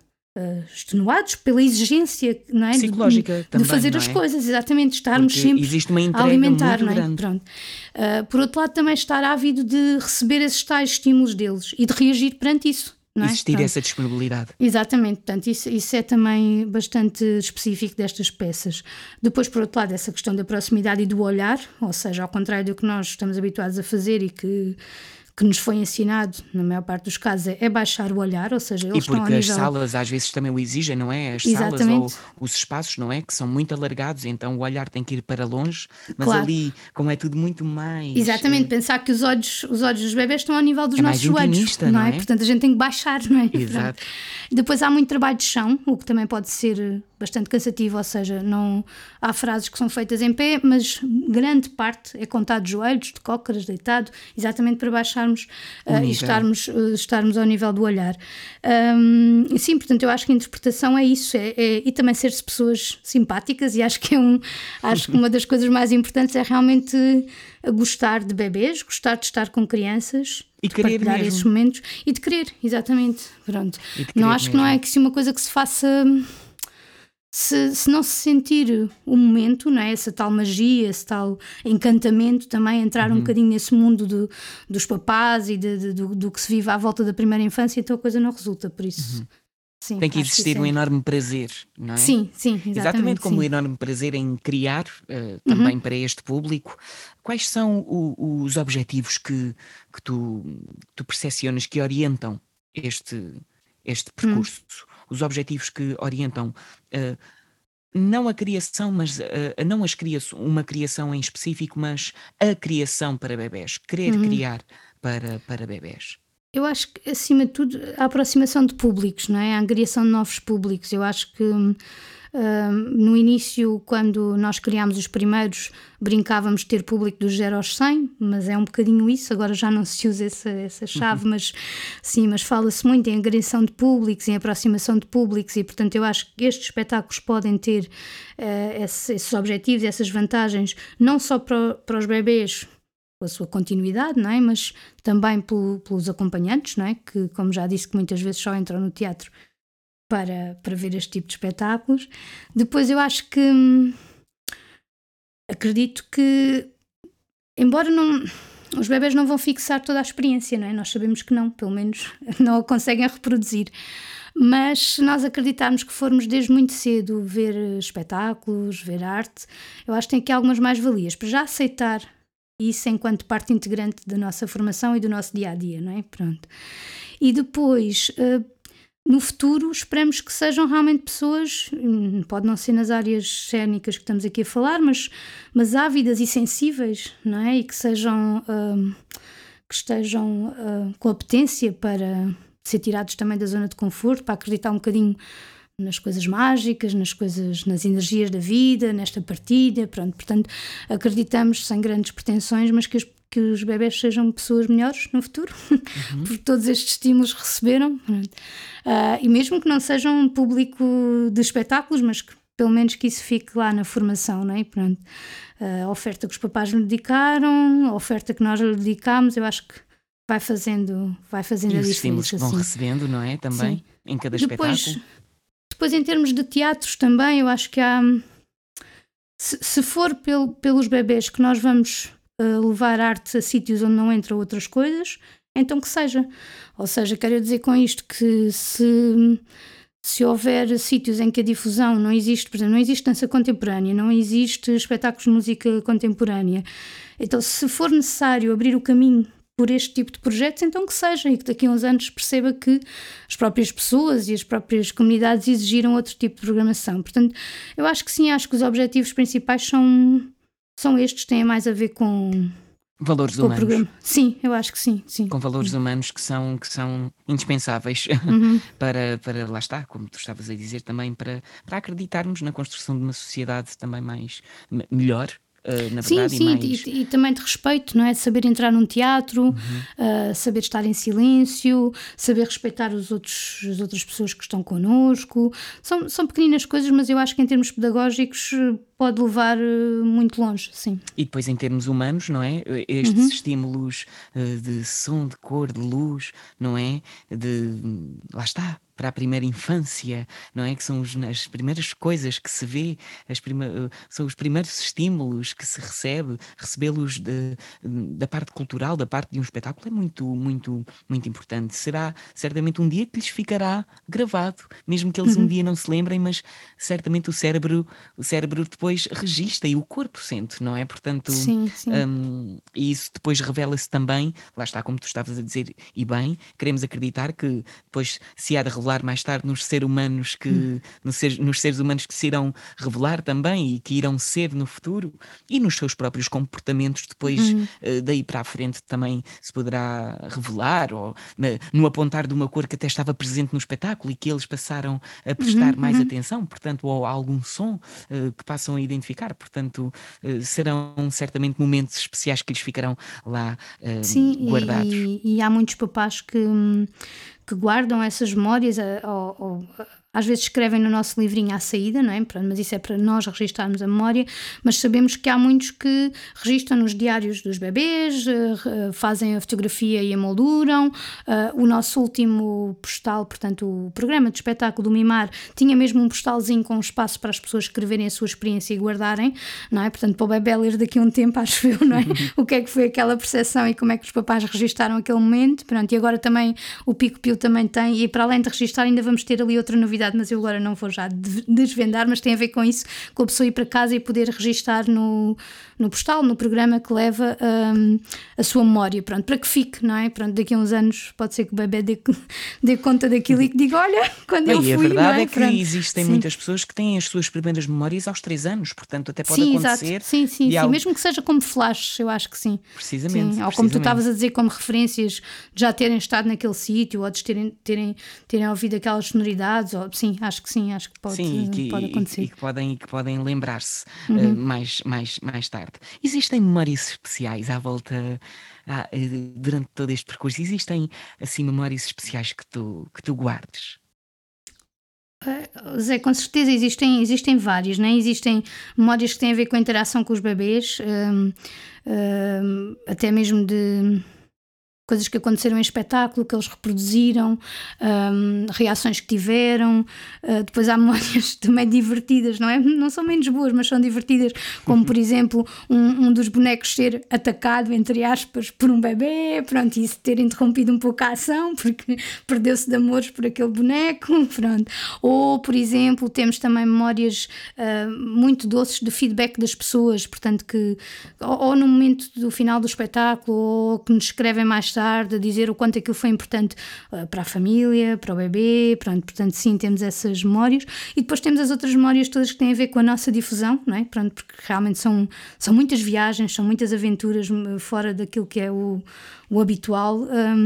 extenuados pela exigência, não é? Psicológica De também, fazer não as é? coisas, exatamente, estarmos Porque sempre existe uma a entrega alimentar, muito não é? grande. Pronto. Por outro lado, também estar ávido de receber esses tais estímulos deles e de reagir perante isso, não é? Existir Pronto. essa disponibilidade. Exatamente, portanto, isso é também bastante específico destas peças. Depois, por outro lado, essa questão da proximidade e do olhar, ou seja, ao contrário do que nós estamos habituados a fazer e que nos foi ensinado, na maior parte dos casos, é baixar o olhar, ou seja, E eles estão ao porque as nível... salas às vezes também o exigem, não é? As salas ou Exatamente, os espaços, não é? Que são muito alargados, então o olhar tem que ir para longe, mas claro. ali, como é tudo muito mais. Exatamente, pensar que os olhos dos bebés estão ao nível dos É mais nossos joelhos, intimista, não não é? é? Portanto, a gente tem que baixar, não é? Pronto. Exato. Depois há muito trabalho de chão, o que também pode ser bastante cansativo, ou seja, não há frases que são feitas em pé, mas grande parte é contar de joelhos, de cócoras, deitado, exatamente para baixarmos O e nível. estarmos ao nível do olhar. Sim, portanto, eu acho que a interpretação é isso, e também ser-se pessoas simpáticas, e acho que acho que uma das coisas mais importantes é realmente gostar de bebês, gostar de estar com crianças, E de querer partilhar esses mesmo. momentos e de querer, exatamente. Pronto. E de Não querer acho que não é mesmo. que se uma coisa que se faça se não se sentir o momento, não é? Essa tal magia, esse tal encantamento, também entrar um Uhum. bocadinho nesse mundo dos papás e do que se vive à volta da primeira infância, então a coisa não resulta. Por isso, sim, Tem que acho que existir isso um é. enorme prazer, não é? Sim, sim, Exatamente exatamente, como o sim. enorme prazer em criar Uhum. também para este público. Quais são os objetivos que tu percepcionas que orientam este Hum. percurso? Os objetivos que orientam eh, não a criação, mas não uma criação em específico, mas a criação para bebés. Querer Uhum. criar para bebés. Eu acho que, acima de tudo, a aproximação de públicos, não é? A angariação de novos públicos. Eu acho que no início, quando nós criámos os primeiros, brincávamos de ter público dos 0 aos 100, mas é um bocadinho isso, agora já não se usa essa chave, mas sim, mas fala-se muito em angariação de públicos, em aproximação de públicos e, portanto, eu acho que estes espetáculos podem ter esses objetivos, essas vantagens, não só para os bebês, pela sua continuidade, não é? Mas também pelos acompanhantes, não é? Que, como já disse, que muitas vezes só entram no teatro para ver este tipo de espetáculos. Depois eu acho que acredito que, embora os bebés não vão fixar toda a experiência, não é? Nós sabemos que não, pelo menos não a conseguem reproduzir. Mas se nós acreditarmos que formos desde muito cedo ver espetáculos, ver arte, eu acho que tem aqui algumas mais-valias. Para já aceitar isso enquanto parte integrante da nossa formação e do nosso dia-a-dia, não é? Pronto. E depois, no futuro, esperamos que sejam realmente pessoas, pode não ser nas áreas cénicas que estamos aqui a falar, mas ávidas e sensíveis, não é? E que sejam, que estejam com apetência para ser tirados também da zona de conforto, para acreditar um bocadinho nas coisas mágicas, nas energias da vida, nesta partilha, pronto. Portanto, acreditamos, sem grandes pretensões, mas que os bebés sejam pessoas melhores no futuro, por todos estes estímulos que receberam. E mesmo que não sejam um público de espetáculos, mas que pelo menos que isso fique lá na formação, não é? Pronto. A oferta que os papás lhe dedicaram, a oferta que nós lhe dedicámos, eu acho que vai fazendo E a os diferença. estímulos que vão Assim. recebendo, não é? Também, Sim. em cada Depois, espetáculo. depois, em termos de teatros também, eu acho que há... Se for pelos bebés que nós vamos levar arte a sítios onde não entram outras coisas, então que seja. Ou seja, quero dizer com isto que se houver sítios em que a difusão não existe, por exemplo, não existe dança contemporânea, não existe espetáculos de música contemporânea, então se for necessário abrir o caminho por este tipo de projetos, então que seja, e que daqui a uns anos perceba que as próprias pessoas e as próprias comunidades exigiram outro tipo de programação. Portanto, eu acho que sim, acho que os objetivos principais são estes, têm mais a ver com Valores o humanos. programa. Sim, eu acho que sim. Com valores humanos que são indispensáveis para, lá está, como tu estavas a dizer, também para acreditarmos na construção de uma sociedade também mais melhor, na Sim, verdade, e sim, mais. e também de respeito, não é? Saber entrar num teatro, saber estar em silêncio, saber respeitar as outras pessoas que estão connosco. São pequeninas coisas, mas eu acho que em termos pedagógicos pode levar muito longe, sim. E depois em termos humanos, não é? Estes estímulos de som, de cor, de luz, não é? Lá está, para a primeira infância, não é? Que são as primeiras coisas que se vê, são os primeiros estímulos que se recebe. Recebê-los da parte cultural, da parte de um espetáculo é muito, muito, muito importante. Será certamente um dia que lhes ficará gravado, mesmo que eles um dia não se lembrem, mas certamente o cérebro depois registra e o corpo sente, não é? Portanto, Sim, sim. e isso depois revela-se também, lá está, como tu estavas a dizer, e bem, queremos acreditar que depois se há de revelar mais tarde nos seres humanos nos seres humanos que se irão revelar também e que irão ser no futuro e nos seus próprios comportamentos depois, daí para a frente também se poderá revelar, ou no apontar de uma cor que até estava presente no espetáculo e que eles passaram a prestar mais atenção, portanto, ou a algum som que passam a identificar, portanto, serão certamente momentos especiais que lhes ficarão lá Sim, guardados. e há muitos papás que guardam essas memórias, ou às vezes escrevem no nosso livrinho à saída, não é? Mas isso é para nós registarmos a memória, mas sabemos que há muitos que registram nos diários dos bebês, fazem a fotografia e a molduram. O nosso último postal, portanto o programa de espetáculo do Mimar, tinha mesmo um postalzinho com um espaço para as pessoas escreverem a sua experiência e guardarem, não é? Portanto, para o bebê ler daqui a um tempo, acho eu, não é? O que é que foi aquela percepção e como é que os papás registaram aquele momento, pronto. E agora também o Pico Pio também tem, e para além de registrar ainda vamos ter ali outra novidade, mas eu agora não vou já desvendar, mas tem a ver com isso, com a pessoa ir para casa e poder registar no postal, no programa que leva a sua memória, pronto, para que fique, não é? Pronto, daqui a uns anos pode ser que o bebê dê conta daquilo e que diga, olha, quando eu fui, a verdade não é? é que Pronto. existem Sim. muitas pessoas que têm as suas primeiras memórias aos 3 anos, portanto até pode Sim, acontecer exato. Sim. de algo. Mesmo que seja como flash, eu acho que sim. Precisamente, Sim. Ou como tu precisamente. estavas a dizer, como referências de já terem estado naquele sítio, ou de terem ouvido aquelas sonoridades, ou, sim, acho que pode, Sim, pode acontecer. e que podem lembrar-se mais tarde. Existem memórias especiais à volta, durante todo este percurso? Existem assim memórias especiais que tu guardes? Zé, com certeza existem várias, né? Existem memórias que têm a ver com a interação com os bebês, até mesmo coisas que aconteceram em espetáculo, que eles reproduziram, reações que tiveram. Depois há memórias também divertidas, não é? Não são menos boas, mas são divertidas, como por exemplo um dos bonecos ser atacado, entre aspas, por um bebê, pronto, e isso ter interrompido um pouco a ação porque perdeu-se de amores por aquele boneco, pronto. Ou por exemplo temos também memórias muito doces de feedback das pessoas, portanto que ou no momento do final do espetáculo, ou que nos escrevem mais tarde a dizer o quanto aquilo foi importante para a família, para o bebê, pronto, portanto sim, temos essas memórias. E depois temos as outras memórias todas que têm a ver com a nossa difusão, não é? Pronto, porque realmente são muitas viagens, são muitas aventuras fora daquilo que é o habitual,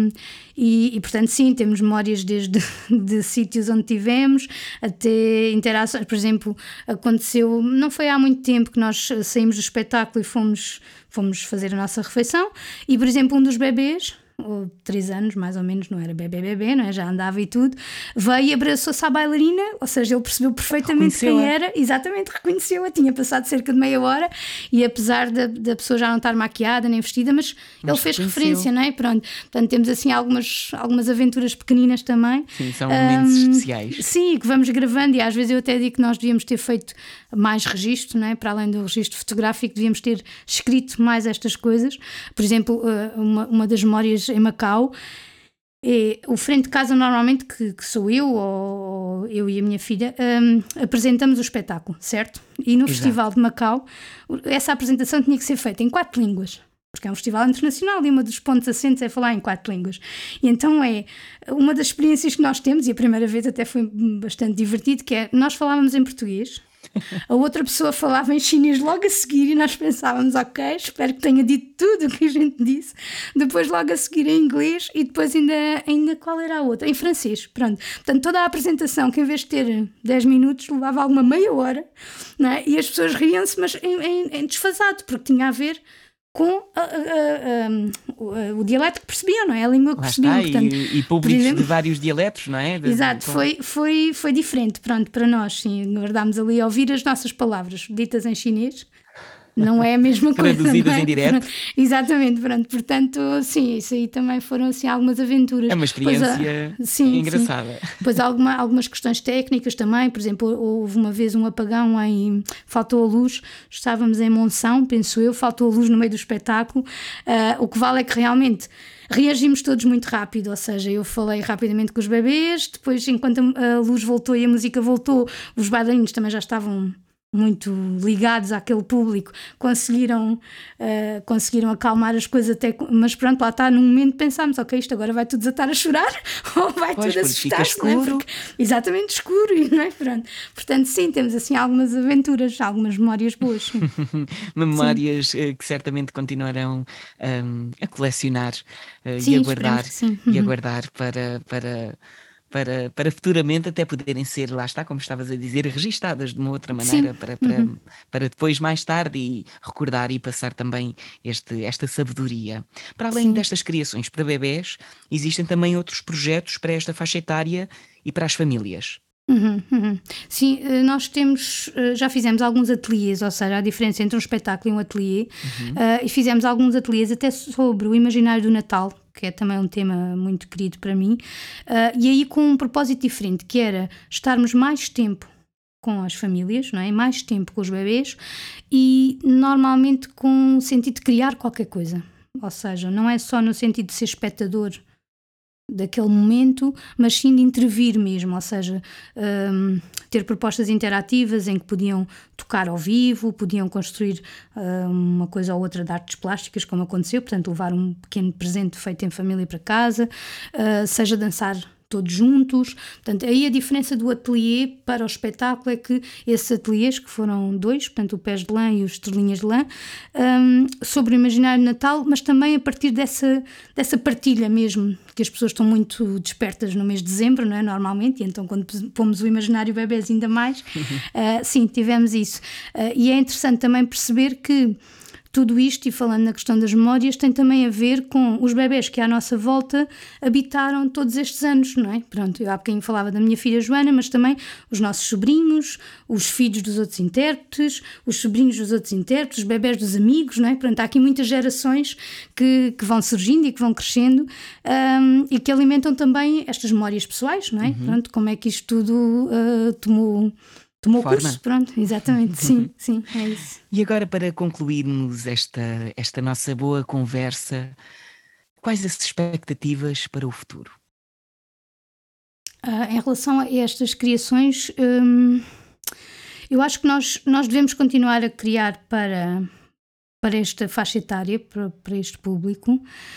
e portanto sim, temos memórias desde de sítios onde tivemos até interações. Por exemplo, aconteceu, não foi há muito tempo que nós saímos do espetáculo e fomos fazer a nossa refeição, e por exemplo um dos bebês, ou 3 anos mais ou menos, não era bebê, não é? Já andava e tudo, veio e abraçou-se à bailarina, ou seja, ele percebeu perfeitamente quem era, exatamente, reconheceu-a, tinha passado cerca de meia hora, e apesar da pessoa já não estar maquiada nem vestida, mas ele fez referência, não é? Pronto, portanto temos assim algumas aventuras pequeninas também. Sim, são momentos especiais. Sim, que vamos gravando, e às vezes eu até digo que nós devíamos ter feito mais registro, não é? Para além do registro fotográfico, devíamos ter escrito mais estas coisas. Por exemplo, uma das memórias em Macau é o frente de casa, normalmente, que sou eu, ou eu e a minha filha, apresentamos o espetáculo, certo? E no Festival de Macau, essa apresentação tinha que ser feita em 4 línguas. Porque é um festival internacional e um dos pontos assentes é falar em 4 línguas. E então é uma das experiências que nós temos, e a primeira vez até foi bastante divertido, que é, nós falávamos em português, a outra pessoa falava em chinês logo a seguir, e nós pensávamos, ok, espero que tenha dito tudo o que a gente disse. Depois logo a seguir em inglês, e depois ainda qual era a outra? Em francês, pronto. Portanto, toda a apresentação, que em vez de ter 10 minutos, levava alguma meia hora, não é? E as pessoas riam-se, mas em desfasado, porque tinha a ver com o dialeto que percebiam, não é? A língua que percebiam. Portanto, e públicos de vários dialetos, não é? Exato, foi diferente, pronto, para nós, sim, guardámos ali a ouvir as nossas palavras ditas em chinês. Não é a mesma coisa. Traduzidas em direto. Exatamente, pronto. Portanto, sim, isso aí também foram assim algumas aventuras. É uma experiência engraçada. Sim. Depois algumas questões técnicas também. Por exemplo, houve uma vez um apagão faltou a luz, estávamos em Monção, penso eu, faltou a luz no meio do espetáculo. O que vale é que realmente reagimos todos muito rápido, ou seja, eu falei rapidamente com os bebês, depois enquanto a luz voltou e a música voltou, os bailarinos também já estavam muito ligados àquele público, conseguiram acalmar as coisas até, mas pronto, lá está, num momento pensámos, ok, isto agora vai tudo desatar a chorar ou vai tudo assustar-se, não é? Porque, exatamente, escuro, não é? Pronto. Portanto, sim, temos assim algumas aventuras, algumas memórias boas. Memórias que certamente continuarão a colecionar sim, e a guardar para futuramente até poderem ser, lá está, como estavas a dizer, registadas de uma outra maneira, para depois, mais tarde, e recordar e passar também esta sabedoria. Para além destas criações para bebés, existem também outros projetos para esta faixa etária e para as famílias. Sim, nós já fizemos alguns ateliês, ou seja, a diferença entre um espetáculo e um ateliê, e fizemos alguns ateliês até sobre o imaginário do Natal, que é também um tema muito querido para mim, e aí com um propósito diferente, que era estarmos mais tempo com as famílias, não é? Mais tempo com os bebês, e normalmente com o sentido de criar qualquer coisa, ou seja, não é só no sentido de ser espectador daquele momento, mas sim de intervir mesmo, ou seja, ter propostas interativas em que podiam tocar ao vivo, podiam construir uma coisa ou outra de artes plásticas, como aconteceu, portanto levar um pequeno presente feito em família para casa, seja dançar todos juntos. Portanto, aí a diferença do ateliê para o espetáculo é que esses ateliês, que foram 2, portanto o Pés de Lã e os Estrelinhas de Lã, sobre o imaginário de Natal, mas também a partir dessa partilha mesmo, que as pessoas estão muito despertas no mês de dezembro, não é? Normalmente, e então quando pomos o imaginário bebés ainda mais, sim, tivemos isso. E é interessante também perceber que tudo isto, e falando na questão das memórias, tem também a ver com os bebés que à nossa volta habitaram todos estes anos, não é? Pronto, eu há bocadinho falava da minha filha Joana, mas também os nossos sobrinhos, os filhos dos outros intérpretes, os sobrinhos dos outros intérpretes, os bebés dos amigos, não é? Pronto, há aqui muitas gerações que vão surgindo e que vão crescendo, e que alimentam também estas memórias pessoais, não é? Pronto, como é que isto tudo tomou Forma. curso, pronto, exatamente, sim, sim, é isso. E agora, para concluirmos esta nossa boa conversa, quais as expectativas para o futuro? Em relação a estas criações, eu acho que nós devemos continuar a criar para esta faixa etária, para este público,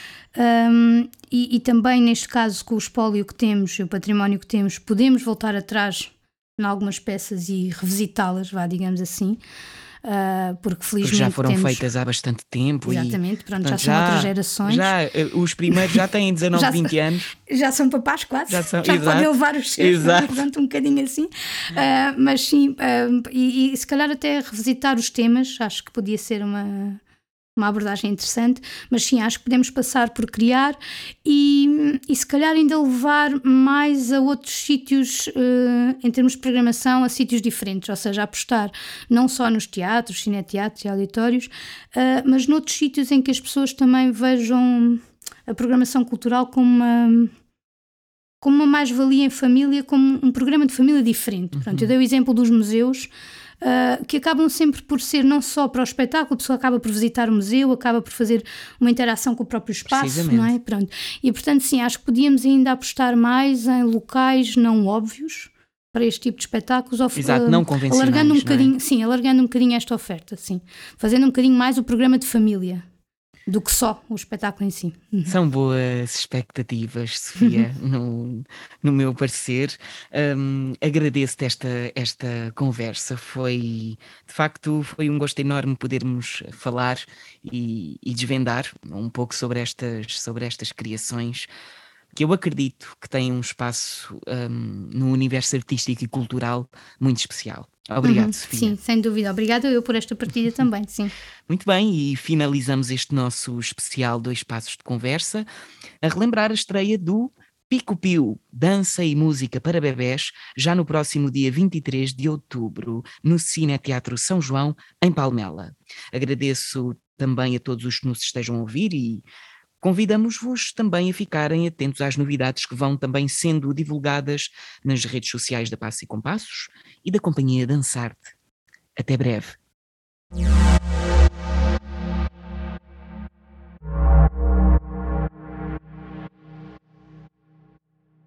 e também neste caso, com o espólio que temos, o património que temos, podemos voltar atrás em algumas peças e revisitá-las, digamos assim, porque Porque felizmente já foram temos... feitas há bastante tempo Exatamente, pronto, portanto, já são outras gerações. Os primeiros já têm 19, Já 20 anos. Já são papás quase, Já são, podem exato, levar os seus, não é? exato. Portanto, um bocadinho assim. Mas sim, e se calhar até revisitar os temas, acho que podia ser uma abordagem interessante, mas sim, acho que podemos passar por criar e se calhar ainda levar mais a outros sítios, em termos de programação, a sítios diferentes, ou seja, apostar não só nos teatros, cineteatros e auditórios, mas noutros sítios em que as pessoas também vejam a programação cultural como uma mais-valia em família, como um programa de família diferente. Pronto, eu dei o exemplo dos museus, que acabam sempre por ser não só para o espetáculo, a pessoa acaba por visitar o museu, acaba por fazer uma interação com o próprio espaço, não é? Pronto. E portanto, sim, acho que podíamos ainda apostar mais em locais não óbvios para este tipo de espetáculos, Exato, não convencionais, alargando um bocadinho, não é? sim, alargando um bocadinho esta oferta, sim, fazendo um bocadinho mais o programa de família do que só o espetáculo em si. São boas expectativas, Sofia, no meu parecer. Agradeço-te esta conversa. De facto, foi um gosto enorme podermos falar e desvendar um pouco sobre estas criações, que eu acredito que têm um espaço, no universo artístico e cultural muito especial. Obrigado, Sofia. Sim, sem dúvida. Obrigada eu por esta partilha também, sim. Muito bem, e finalizamos este nosso especial Dois Passos de Conversa a relembrar a estreia do Pico Pio, dança e música para bebés, já no próximo dia 23 de outubro, no Cineteatro São João, em Palmela. Agradeço também a todos os que nos estejam a ouvir e convidamos-vos também a ficarem atentos às novidades que vão também sendo divulgadas nas redes sociais da Passos e Compassos e da Companhia Dançarte. Até breve.